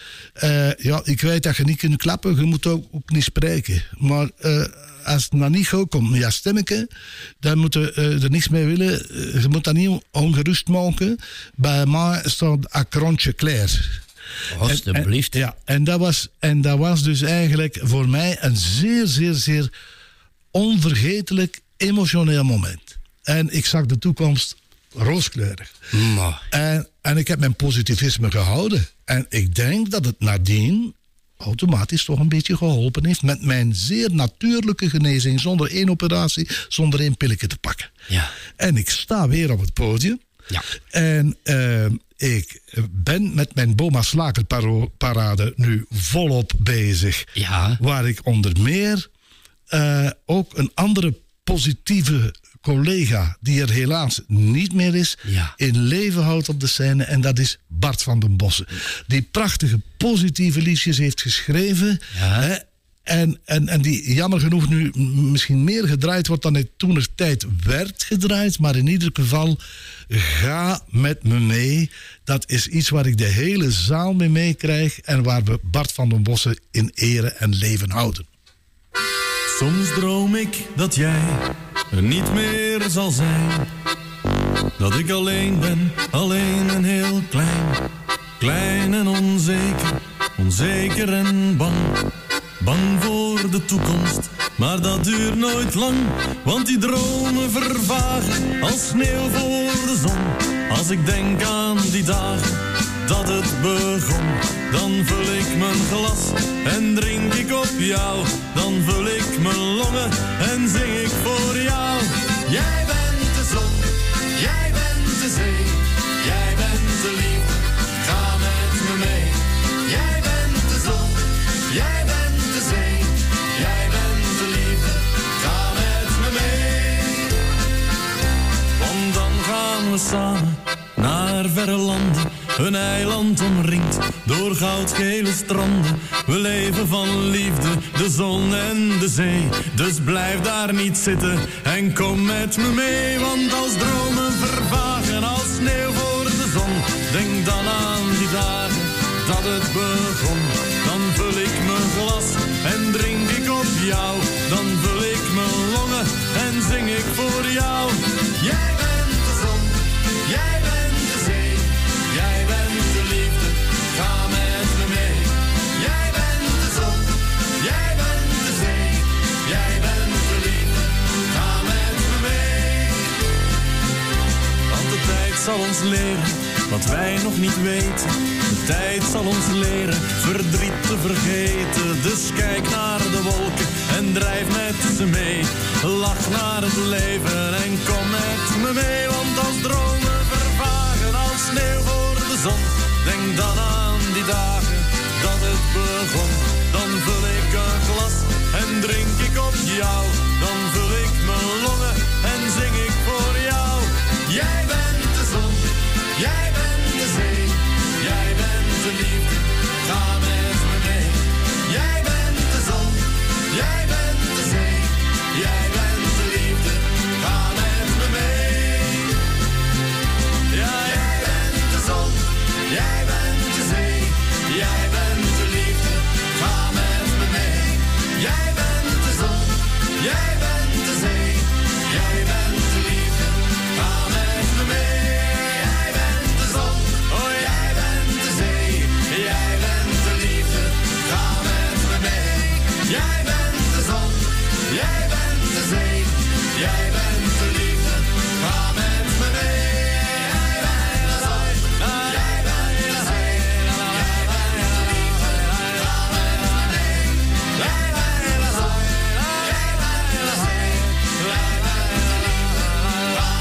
gehad. Ik weet dat je niet kunt klappen, je moet ook niet spreken. Maar als het nou niet goed komt met je stemmetje, dan moet je er niks mee willen. Je moet dat niet ongerust maken. Bij mij staat een krantje klaar.
Alsjeblieft.
En dat was dus eigenlijk voor mij een zeer, zeer, zeer onvergetelijk emotioneel moment. En ik zag de toekomst rooskleurig. En ik heb mijn positivisme gehouden. En ik denk dat het nadien automatisch toch een beetje geholpen heeft met mijn zeer natuurlijke genezing, zonder 1 operatie, zonder 1 pilletje te pakken. Ja. En ik sta weer op het podium. Ja. En ik ben met mijn Boma Slagerparade nu volop bezig. Ja. Waar ik onder meer ook een andere positieve collega, die er helaas niet meer is, in leven houdt op de scène. En dat is Bart van den Bossen. Die prachtige positieve liedjes heeft geschreven. Ja. Hè, en die jammer genoeg nu misschien meer gedraaid wordt dan het toenertijd werd gedraaid. Maar in ieder geval, ga met me mee. Dat is iets waar ik de hele zaal mee meekrijg. En waar we Bart van den Bossen in ere en leven houden.
Soms droom ik dat jij er niet meer zal zijn. Dat ik alleen ben, alleen en heel klein. Klein en onzeker, onzeker en bang. Bang voor de toekomst, maar dat duurt nooit lang. Want die dromen vervagen als sneeuw voor de zon. Als ik denk aan die dagen dat het begon, dan vul ik mijn glas en drink ik op jou. Dan vul ik mijn longen en zing ik voor jou. Jij bent de zon, jij bent de zee, jij bent de liefde, ga met me mee. Jij bent de zon, jij bent de zee, jij bent de liefde, ga met me mee. Want dan gaan we samen naar verre landen, een eiland omringd door goudgele stranden. We leven van liefde, de zon en de zee. Dus blijf daar niet zitten en kom met me mee. Want als dromen vervagen als sneeuw voor de zon, denk dan aan die dagen dat het begon. Dan vul ik mijn glas en drink ik op jou. Dan vul ik mijn longen en zing ik voor jou. Jij bent de zon, jij bent de zee, jij bent de liefde, ga met me mee. Jij bent de zon, jij bent de zee, jij bent de liefde, ga met me mee. Want de tijd zal ons leren wat wij nog niet weten. De tijd zal ons leren verdriet te vergeten. Dus kijk naar de wolken en drijf met ze mee. Lach naar het leven en kom met me mee. Want als dromen vervagen als sneeuw voor de zon, denk dan aan die dagen dat het begon. Dan vul ik een glas en drink ik op jou. Dan vul ik mijn longen en zing ik voor jou. Jij bent de zon, jij bent de zee, jij bent de liefde, ga met me mee. Jij bent de zon, jij bent de zee, jij bent de liefde, ga met me mee. Ja, jij bent de zon, jij bent de zee, jij bent de liefde, ga met me mee. Jij bent de zon, jij bent de zee, jij bent de liefde, ga met me mee. Jij bent de zon, oh jij bent de zee, jij bent de liefde, ga met me mee. Jij bent de zon, jij bent de zee, jij bent de liefde, ga met me mee. Jij bent de zon, jij bent de zee, jij bent de liefde, ga met me mee. Jij bent de zon, jij bent de zee, jij bent de liefde, ga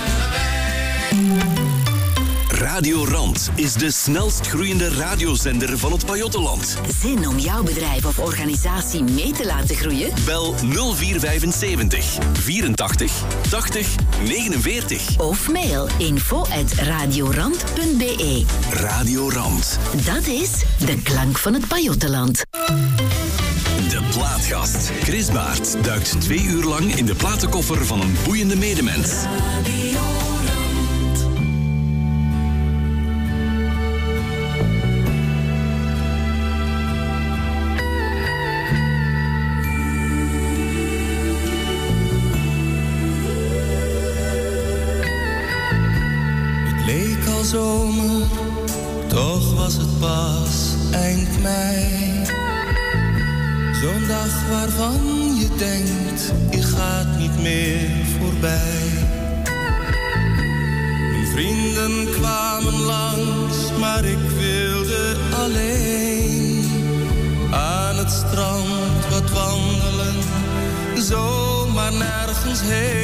met me mee.
Radio Rand is de snelst groeiende radiozender van het Pajottenland.
Zin om jouw bedrijf of organisatie mee te laten groeien?
Bel 0475 84 80 49.
Of mail info@radiorand.be.
Radio Rand.
Dat is de klank van het Pajottenland.
De Plaatgast. Chris Baert duikt 2 uur lang in de platenkoffer van een boeiende medemens.
Leek al zomer, toch was het pas eind mei. Zo'n dag waarvan je denkt, je gaat niet meer voorbij. Mijn vrienden kwamen langs, maar ik wilde alleen aan het strand wat wandelen, zomaar nergens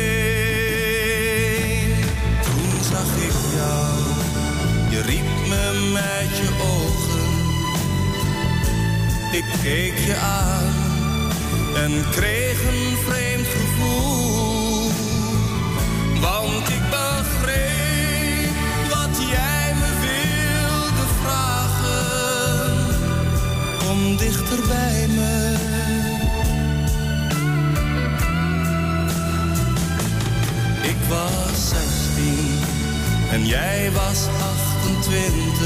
heen. Toen zag ik jou, je riep me met je ogen. Ik keek je aan en kreeg een vreemd gevoel. Want ik begreep wat jij me wilde vragen. Kom dichter bij me. Ik was 16 en jij was 28.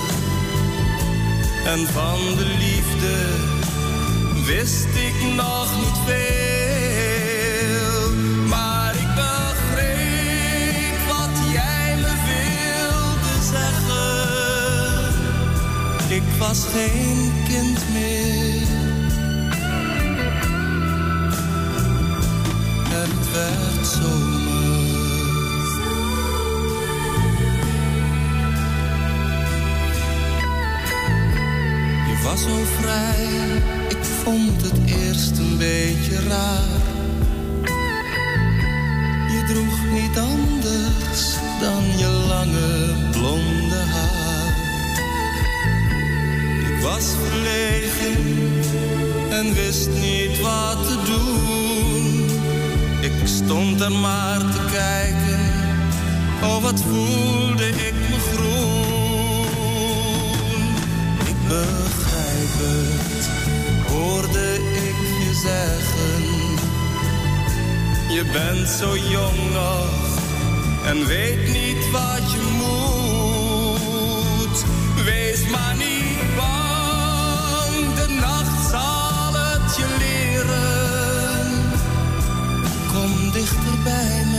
En van de liefde wist ik nog niet veel. Maar ik begreep wat jij me wilde zeggen. Ik was geen kind meer. Het werd zomer.
was zo vrij, ik vond het eerst een beetje raar. Je droeg niet anders dan je lange blonde haar. Ik was verlegen en wist niet wat te doen. Ik stond er maar te kijken, oh wat voelde ik me groen. Ik begrijp het, hoorde ik je zeggen. Je bent zo jong nog en weet niet wat je moet. Wees maar niet bang, de nacht zal het je leren. Kom dichter bij me.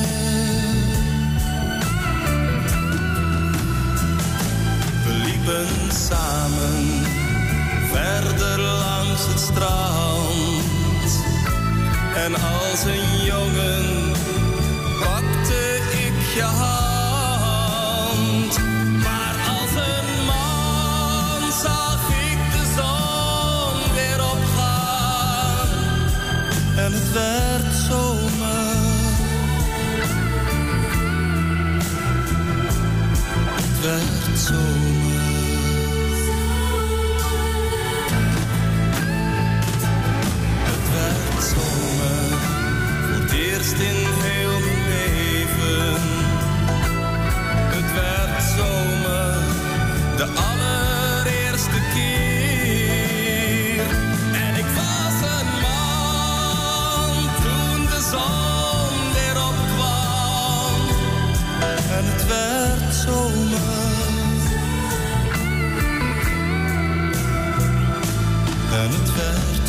We liepen samen verder langs het strand. En als een jongen pakte ik je hand. Maar als een man zag ik de zon weer opgaan. En het werd zomer. Het werd zomer. Het werd zomer. Voor het eerst in heel mijn leven. Het werd zomer. De allereerste keer. En ik was een man toen de zon weer opkwam. En het werd zomer. En het werd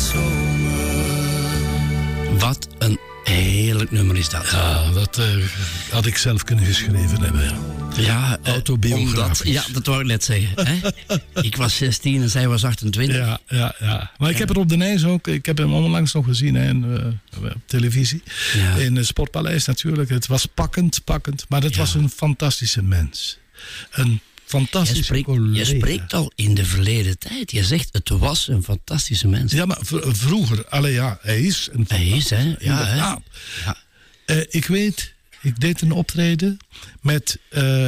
zomer.
Wat een heerlijk nummer is dat.
Ja, dat had ik zelf kunnen geschreven hebben. Ja.
Ja,
autobiografisch.
Ja, dat wou ik net zeggen. Hè? Ik was 16 en zij was 28.
Ja. Maar ik heb er op de Nijs ook. Ik heb hem onlangs nog gezien hè, op televisie.
Ja.
In het Sportpaleis natuurlijk. Het was pakkend. Maar het was een fantastische mens. Een fantastische collega.
Je spreekt al in de verleden tijd. Je zegt het was een fantastische mens.
Ja, maar vroeger. Hij is een fantastische
mens. Ja.
Ik weet... Ik deed een optreden met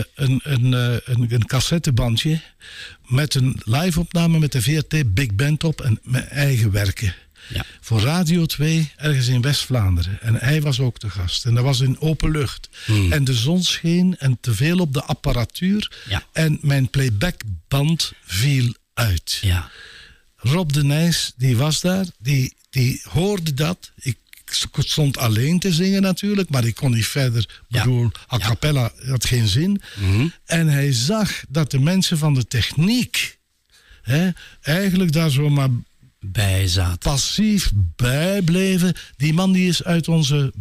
een cassettebandje met een live-opname met de VRT Big Band op en mijn eigen werken. Ja. Voor Radio 2 ergens in West-Vlaanderen. En hij was ook de gast. En dat was in open lucht. En de zon scheen en te veel op de apparatuur. Ja. En mijn playbackband viel uit. Ja. Rob de Nijs, die was daar. Die hoorde dat. Ik stond alleen te zingen natuurlijk, maar ik kon niet verder. Ik bedoel, a cappella had geen zin. En hij zag dat de mensen van de techniek eigenlijk daar zomaar
bij zaten.
Passief bij bleven. Die man die is uit onze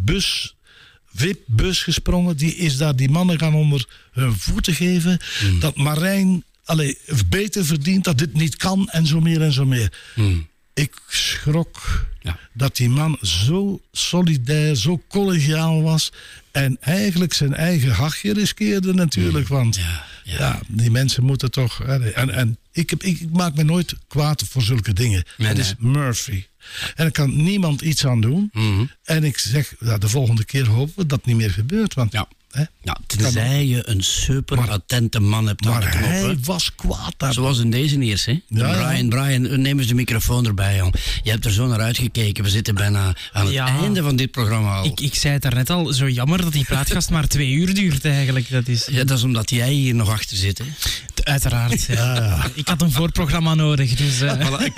VIP-bus gesprongen. Die is daar die mannen gaan onder hun voeten geven. Dat Marijn beter verdient, dat dit niet kan en zo meer en zo meer. Ik schrok dat die man zo solidair, zo collegiaal was. En eigenlijk zijn eigen hachje riskeerde natuurlijk. Want die mensen moeten toch... En ik maak me nooit kwaad voor zulke dingen. Het is Murphy. En er kan niemand iets aan doen. En ik zeg, de volgende keer hopen we dat het niet meer gebeurt. Want
tenzij je een super attente man hebt aan de knop. Maar
hij was kwaad daar.
Zoals in deze eerst, hè? Brian, neem eens de microfoon erbij, jong. Je hebt er zo naar uitgekeken. We zitten bijna aan het einde van dit programma al.
Ik zei het daarnet al, zo jammer dat die plaatkast maar 2 uur duurt eigenlijk. Dat is
omdat jij hier nog achter zit, hè?
Uiteraard, Ik had een voorprogramma nodig, dus...
Maar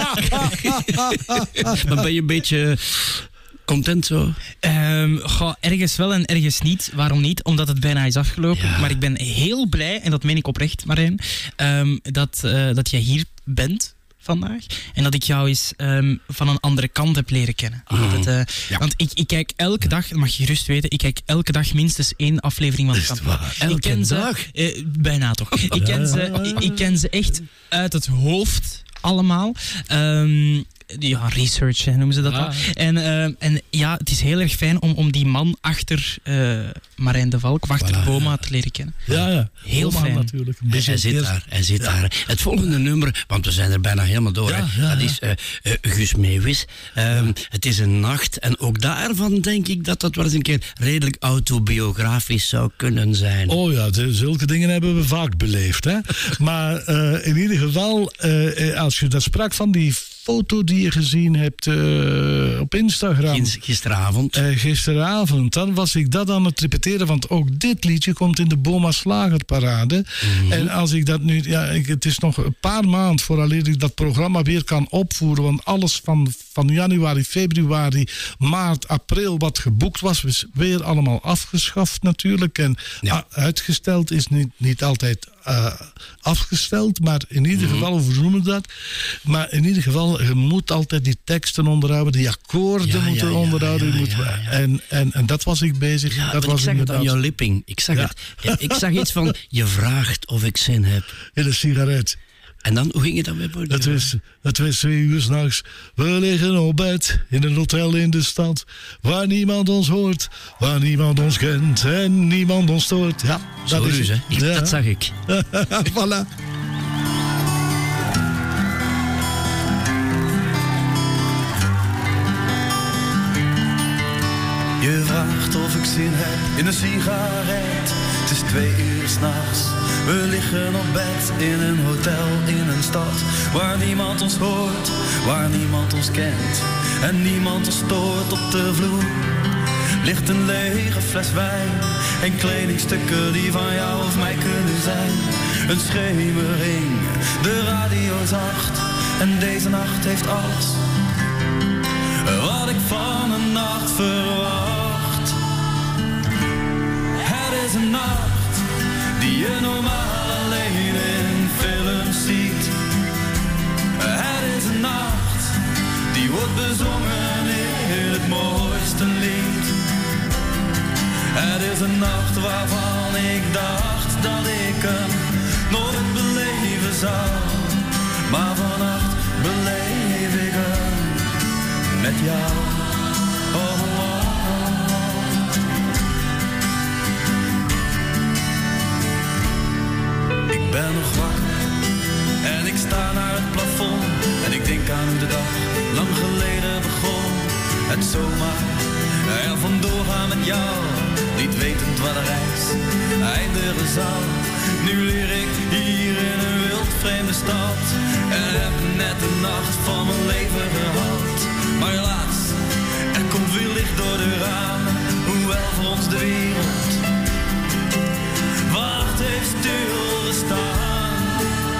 ben je een beetje... content zo?
Ergens wel en ergens niet. Waarom niet? Omdat het bijna is afgelopen. Maar ik ben heel blij, en dat meen ik oprecht, Marijn, dat jij hier bent vandaag. En dat ik jou eens van een andere kant heb leren kennen. Want ik kijk elke dag, dat mag je gerust weten, ik kijk elke dag minstens 1 aflevering van de Kampioen.
Elke dag?
Bijna toch. Ik ken ze echt uit het hoofd. Allemaal. research noemen ze dat wel. En ja, het is heel erg fijn om die man achter Marijn de Valk, of achter Boma te leren kennen.
Ja.
Heel
Boma
fijn.
Natuurlijk.
Hij zit daar. Het volgende nummer, want we zijn er bijna helemaal door. Dat is Guus Meeuwis. Het is een nacht. En ook daarvan denk ik dat wel eens een keer redelijk autobiografisch zou kunnen zijn.
Oh ja, zulke dingen hebben we vaak beleefd. Hè? Maar in ieder geval, als je daar sprak van die foto die je gezien hebt op Instagram. Gisteravond. Dan was ik dat aan het repeteren, want ook dit liedje komt in de Boma Slagerparade. En als ik dat nu... het is nog een paar maanden vooraleer ik dat programma weer kan opvoeren, want alles van januari, februari, maart, april wat geboekt was, is weer allemaal afgeschaft natuurlijk. En uitgesteld is niet altijd afgesteld, maar in ieder geval, hoe noemen we dat? Maar in ieder geval, je moet altijd die teksten onderhouden, die akkoorden moeten onderhouden. En dat was ik bezig.
Ja,
dat was
ik zag het aan jouw lipping. Ik zag het. Ja, ik zag iets van, je vraagt of ik zin heb.
In een sigaret.
En dan, hoe ging het dan weer?
Het was 2 uur 's nachts. We liggen op bed in een hotel in de stad, waar niemand ons hoort, waar niemand ons kent en niemand ons stoort. Ja, dat is het.
Hè? Dat zag ik.
Voilà.
Je vraagt of ik zin heb in een sigaret. Het is 2 uur 's nachts. We liggen op bed in een hotel in een stad, waar niemand ons hoort, waar niemand ons kent en niemand ons stoort. Op de vloer ligt een lege fles wijn en kledingstukken die van jou of mij kunnen zijn. Een schemering, de radio zacht en deze nacht heeft alles wat ik van een nacht verwacht. Het is een nacht die je normaal alleen in films ziet. Het is een nacht die wordt bezongen in het mooiste lied. Het is een nacht waarvan ik dacht dat ik hem nooit beleven zou. Maar vannacht beleef ik hem met jou. Ik ben nog wakker en ik sta naar het plafond en ik denk aan hoe de dag lang geleden begon. Het zomaar er vandoor gaan met jou, niet wetend waar de reis eindigen zal. Nu leer ik hier in een wild vreemde stad en heb net de nacht van mijn leven gehad. Maar helaas, er komt weer licht door de ramen, hoewel voor ons de wereld wacht heeft stilgestaan.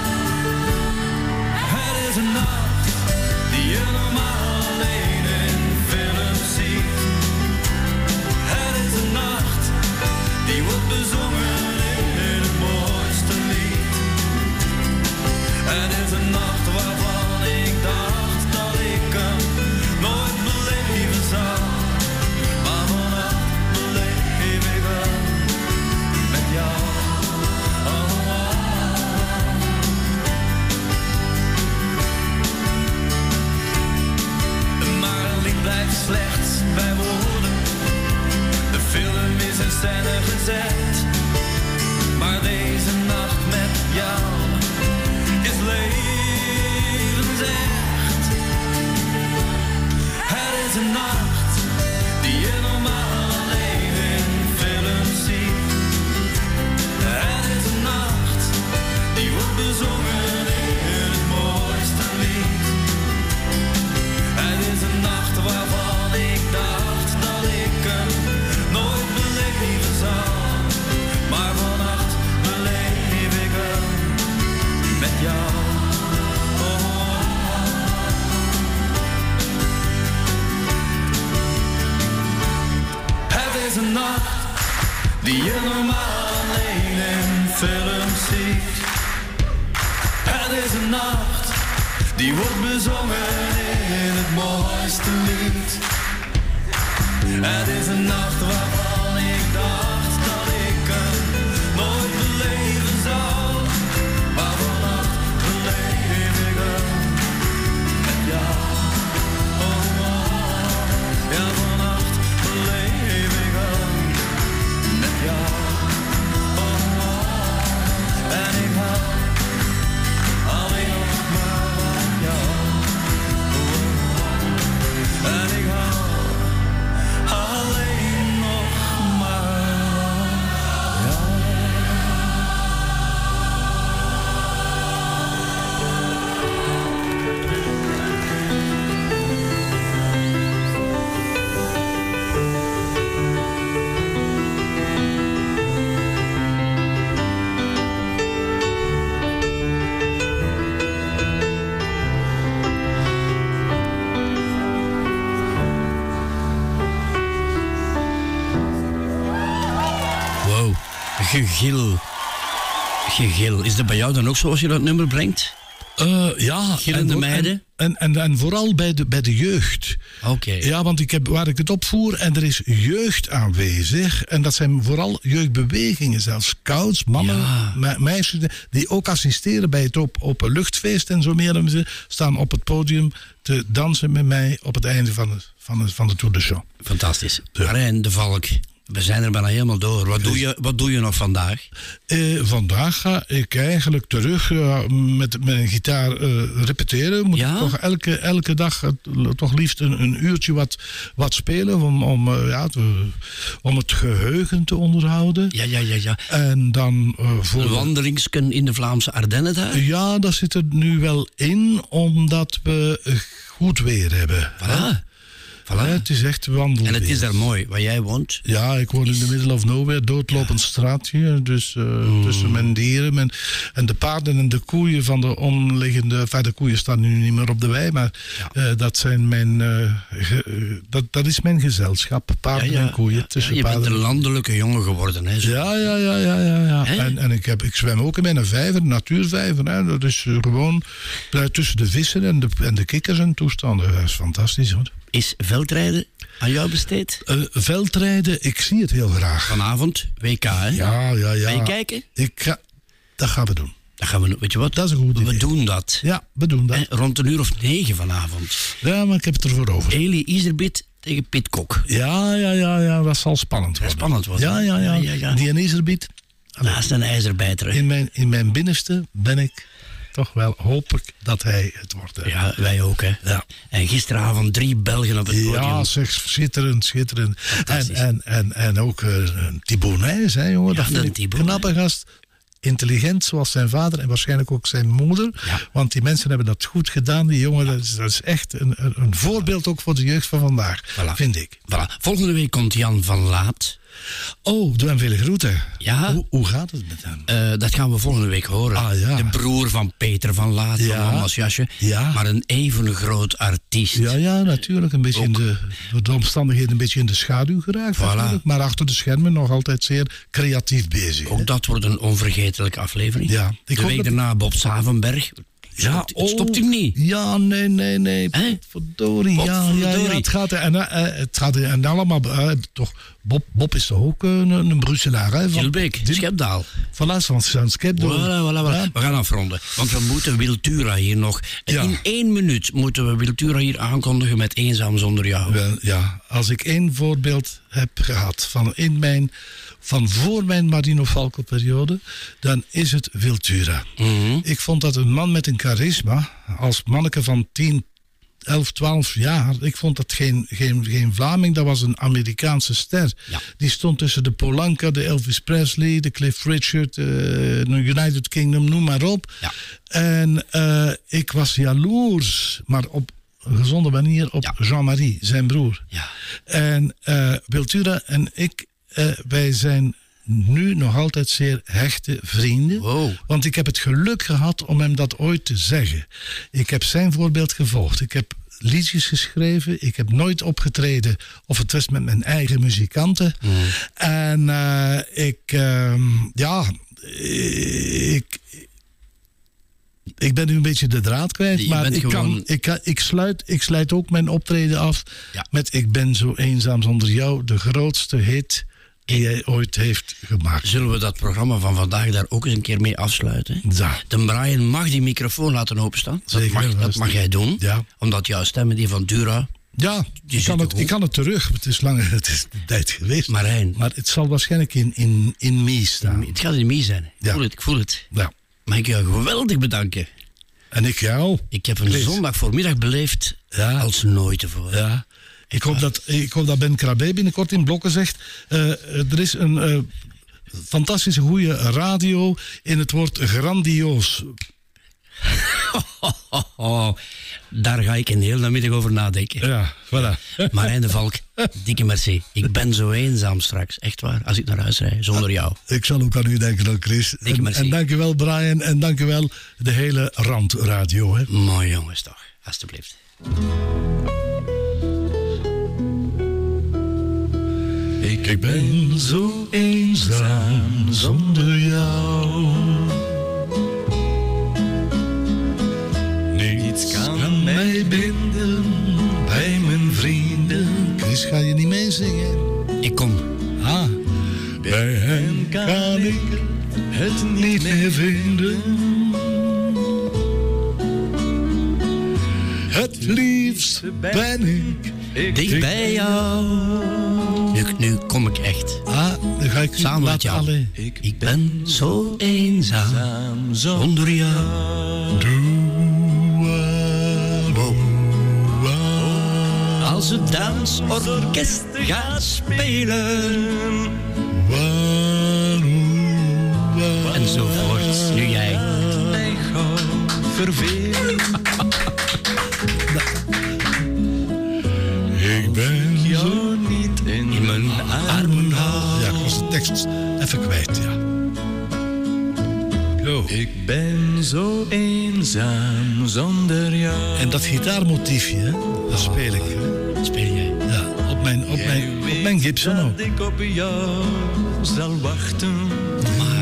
Het is een nacht die je normaal alleen in films ziet. Het is een nacht die wordt bezongen in het mooiste lied. Het is een nacht waarvan ik dacht dat ik hem nooit beleven zou. Maar vannacht beleef ik hem met jou. Maar een lied blijft slechts bij woorden. De film is in scène gezet. Maar deze nacht met jou is levensecht. Het is een nacht die je normaal alleen in films ziet. Het is een nacht die wordt bezongen in het mooiste lied. Het is een nacht waarvan ik dacht dat ik hem nooit beleven zou. Maar vannacht beleef ik hem met jou. Het is een nacht die je normaal alleen in films ziet. Het is een nacht die wordt bezongen in het mooiste lied. Het is een nacht waarvan ik dacht dat ik hem nooit beleven zou. Maar vannacht beleef ik hem met jou.
Gegil. Is dat bij jou dan ook zo als je dat nummer brengt?
Ja.
Gillende meiden?
En vooral bij de jeugd.
Oké.
Ja, want waar ik het opvoer en er is jeugd aanwezig. En dat zijn vooral jeugdbewegingen, zelfs scouts, mannen, meisjes, die ook assisteren bij het op een luchtfeest en zo meer. Ze staan op het podium te dansen met mij op het einde van de Tour de Champs.
Fantastisch. Marijn de Valk. We zijn er bijna helemaal door. Wat doe je nog vandaag?
Vandaag ga ik eigenlijk terug met mijn gitaar repeteren. Moet ik toch elke dag toch liefst een uurtje wat spelen om het geheugen te onderhouden.
Ja.
En dan voor
wandelingsken in de Vlaamse Ardennen daar?
Ja, dat zit er nu wel in, omdat we goed weer hebben.
Voilà.
Ja, het is echt wandelen.
En het is daar mooi, waar jij woont?
Ja, ik woon in the middle of nowhere, doodlopend straatje. Dus tussen mijn dieren en de paarden en de koeien van de omliggende... de koeien staan nu niet meer op de wei, maar dat zijn dat is mijn gezelschap. Paarden en koeien.
Je bent een landelijke jongen geworden, hè? Zo.
Ja. En ik zwem ook in mijn vijver, natuurvijver. Hè. Dat is gewoon tussen de vissen en de kikkers en toestanden. Dat is fantastisch, hoor.
Is veldrijden aan jou besteed?
Veldrijden, ik zie het heel graag.
Vanavond, WK, hè?
Ja.
Ga je kijken?
Dat gaan we doen.
Weet je wat?
Dat is een goed idee.
We doen dat.
Ja, we doen dat.
Rond 9:00 vanavond.
Ja, maar ik heb het ervoor over.
Eli Iserbyt tegen Piet Kok.
Ja, dat zal spannend worden. Ja. Die Iserbyt.
Dat is een ijzerbijter.
In mijn binnenste ben ik... toch wel hoop ik dat hij het wordt. Hè.
Ja, wij ook, hè. Ja. En gisteravond 3 Belgen op het podium.
Ja, zeg, schitterend. En ook Thibaut Nijs, hè, jongen. Dat vind ik een knappe gast. Intelligent, zoals zijn vader en waarschijnlijk ook zijn moeder. Ja. Want die mensen hebben dat goed gedaan. Die jongen, dat is echt een voorbeeld ook voor de jeugd van vandaag, vind ik.
Voilà. Volgende week komt Jan van Laat.
Oh, doe hem veel groeten.
Ja.
Hoe gaat het met hem?
Dat gaan we volgende week horen. De broer van Peter van Laat, van Mama's Jasje. Ja. Maar een even groot artiest.
Ja, natuurlijk. Een beetje door de omstandigheden een beetje in de schaduw geraakt. Voilà. Maar achter de schermen nog altijd zeer creatief bezig.
Ook dat wordt een onvergetelijke aflevering. Ja. De week daarna Bob Savenberg. Het stopt hem niet.
Ja, nee. Verdorie. Ja, het gaat en allemaal toch. Bob is toch ook een Brusselaar, hè?
Gilbeek, Schepdaal.
Van Schepdaal.
Voilà. We gaan afronden, want we moeten Wiltura hier nog... In 1 minuut moeten we Wiltura hier aankondigen met Eenzaam zonder jou.
Wel, ja, als ik 1 voorbeeld heb gehad van voor mijn Marino Falco-periode, dan is het Wiltura. Mm-hmm. Ik vond dat een man met een charisma, als manneke van 10, 11, 12 jaar. Ik vond dat geen Vlaming, dat was een Amerikaanse ster. Ja. Die stond tussen de Polanka, de Elvis Presley, de Cliff Richard, de United Kingdom, noem maar op. Ja. En ik was jaloers, maar op een gezonde manier, op Jean-Marie, zijn broer. Ja. En Wiltura en ik... wij zijn nu nog altijd zeer hechte vrienden. Wow. Want ik heb het geluk gehad om hem dat ooit te zeggen. Ik heb zijn voorbeeld gevolgd. Ik heb liedjes geschreven. Ik heb nooit opgetreden. Of het was met mijn eigen muzikanten. Mm. En ik ben nu een beetje de draad kwijt, maar ik sluit ook mijn optreden af met Ik ben zo eenzaam zonder jou, de grootste hit die hij ooit heeft gemaakt.
Zullen we dat programma van vandaag daar ook eens een keer mee afsluiten? Ja. De Brian mag die microfoon laten openstaan. Dat mag jij doen, omdat jouw stem die van Dura...
Ja, ik kan het terug. Het is de tijd geweest.
Marijn.
Maar het zal waarschijnlijk in Mie staan.
Het gaat in Mie zijn. Ik voel het. Ja. Mag ik jou geweldig bedanken.
En ik jou.
Ik heb een zondag voormiddag beleefd als nooit tevoren. Ja.
Ik hoop dat Ben Krabbe binnenkort in Blokken zegt. Er is een fantastische goede radio in het woord grandioos.
Daar ga ik een hele namiddag over nadenken.
Ja, voilà.
Marijn de Valk, dikke merci. Ik ben zo eenzaam straks, echt waar, als ik naar huis rijd, zonder jou.
Ik zal ook aan u denken, dan, Chris.
Dikke merci.
En dank u wel, Brian, en dank u wel de hele Randradio. Hè.
Mooi jongens toch, alstublieft.
Ik
Ik ben zo eenzaam zonder jou. Niets kan mij binden bij mijn vrienden. Chris, ga je niet meezingen?
Ik kom.
Bij hen kan ik het niet meer vinden. Het liefst ben ik
dicht bij jou. Nu kom ik echt.
Dan ga ik
samen met jou. Ik ben zo eenzaam zonder jou. Als het dansorkest gaat spelen. Enzovoort. Nu jij.
Mij gauw vervelen.
Ik ben
jou niet in mijn armen hou.
Ja, ik was de tekst even kwijt, ja. Go.
Ik ben zo eenzaam zonder jou.
En dat gitaarmotiefje, hè, dat speel ik. Hè.
Speel jij?
Ja, op mijn Gibson ook.
Dat ik op jou zal wachten.
Maar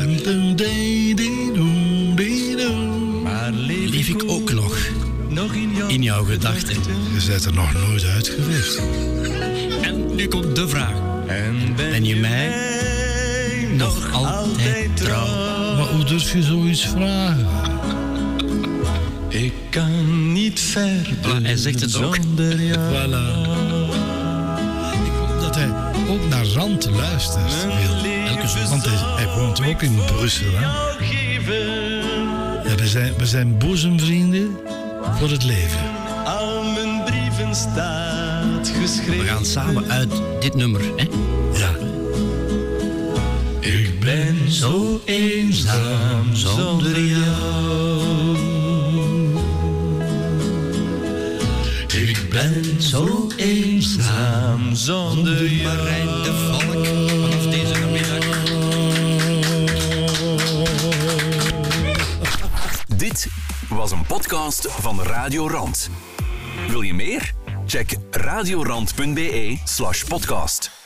leef ik ook nog in jouw gedachten.
Je bent er nog nooit uit geweest.
En nu komt de vraag. Ben je mij nog altijd trouw?
Maar hoe durf je zoiets vragen?
Ik kan niet verder.
Hij zegt het ook.
Voilà. Ik hoop dat hij ook naar Rand luistert. Elke zondag. Want hij woont ook in Brussel. Hè? Ja, we zijn boezemvrienden voor het leven.
Al mijn brieven staat geschreven.
We gaan samen uit dit nummer, hè?
Ja.
Ik ben zo eenzaam zonder jou. Ik ben zo eenzaam zonder jou.
Marijn de Valk vanaf deze namiddag.
Dit was een podcast van Radio Rand. Wil je meer? Check radiorand.be/podcast.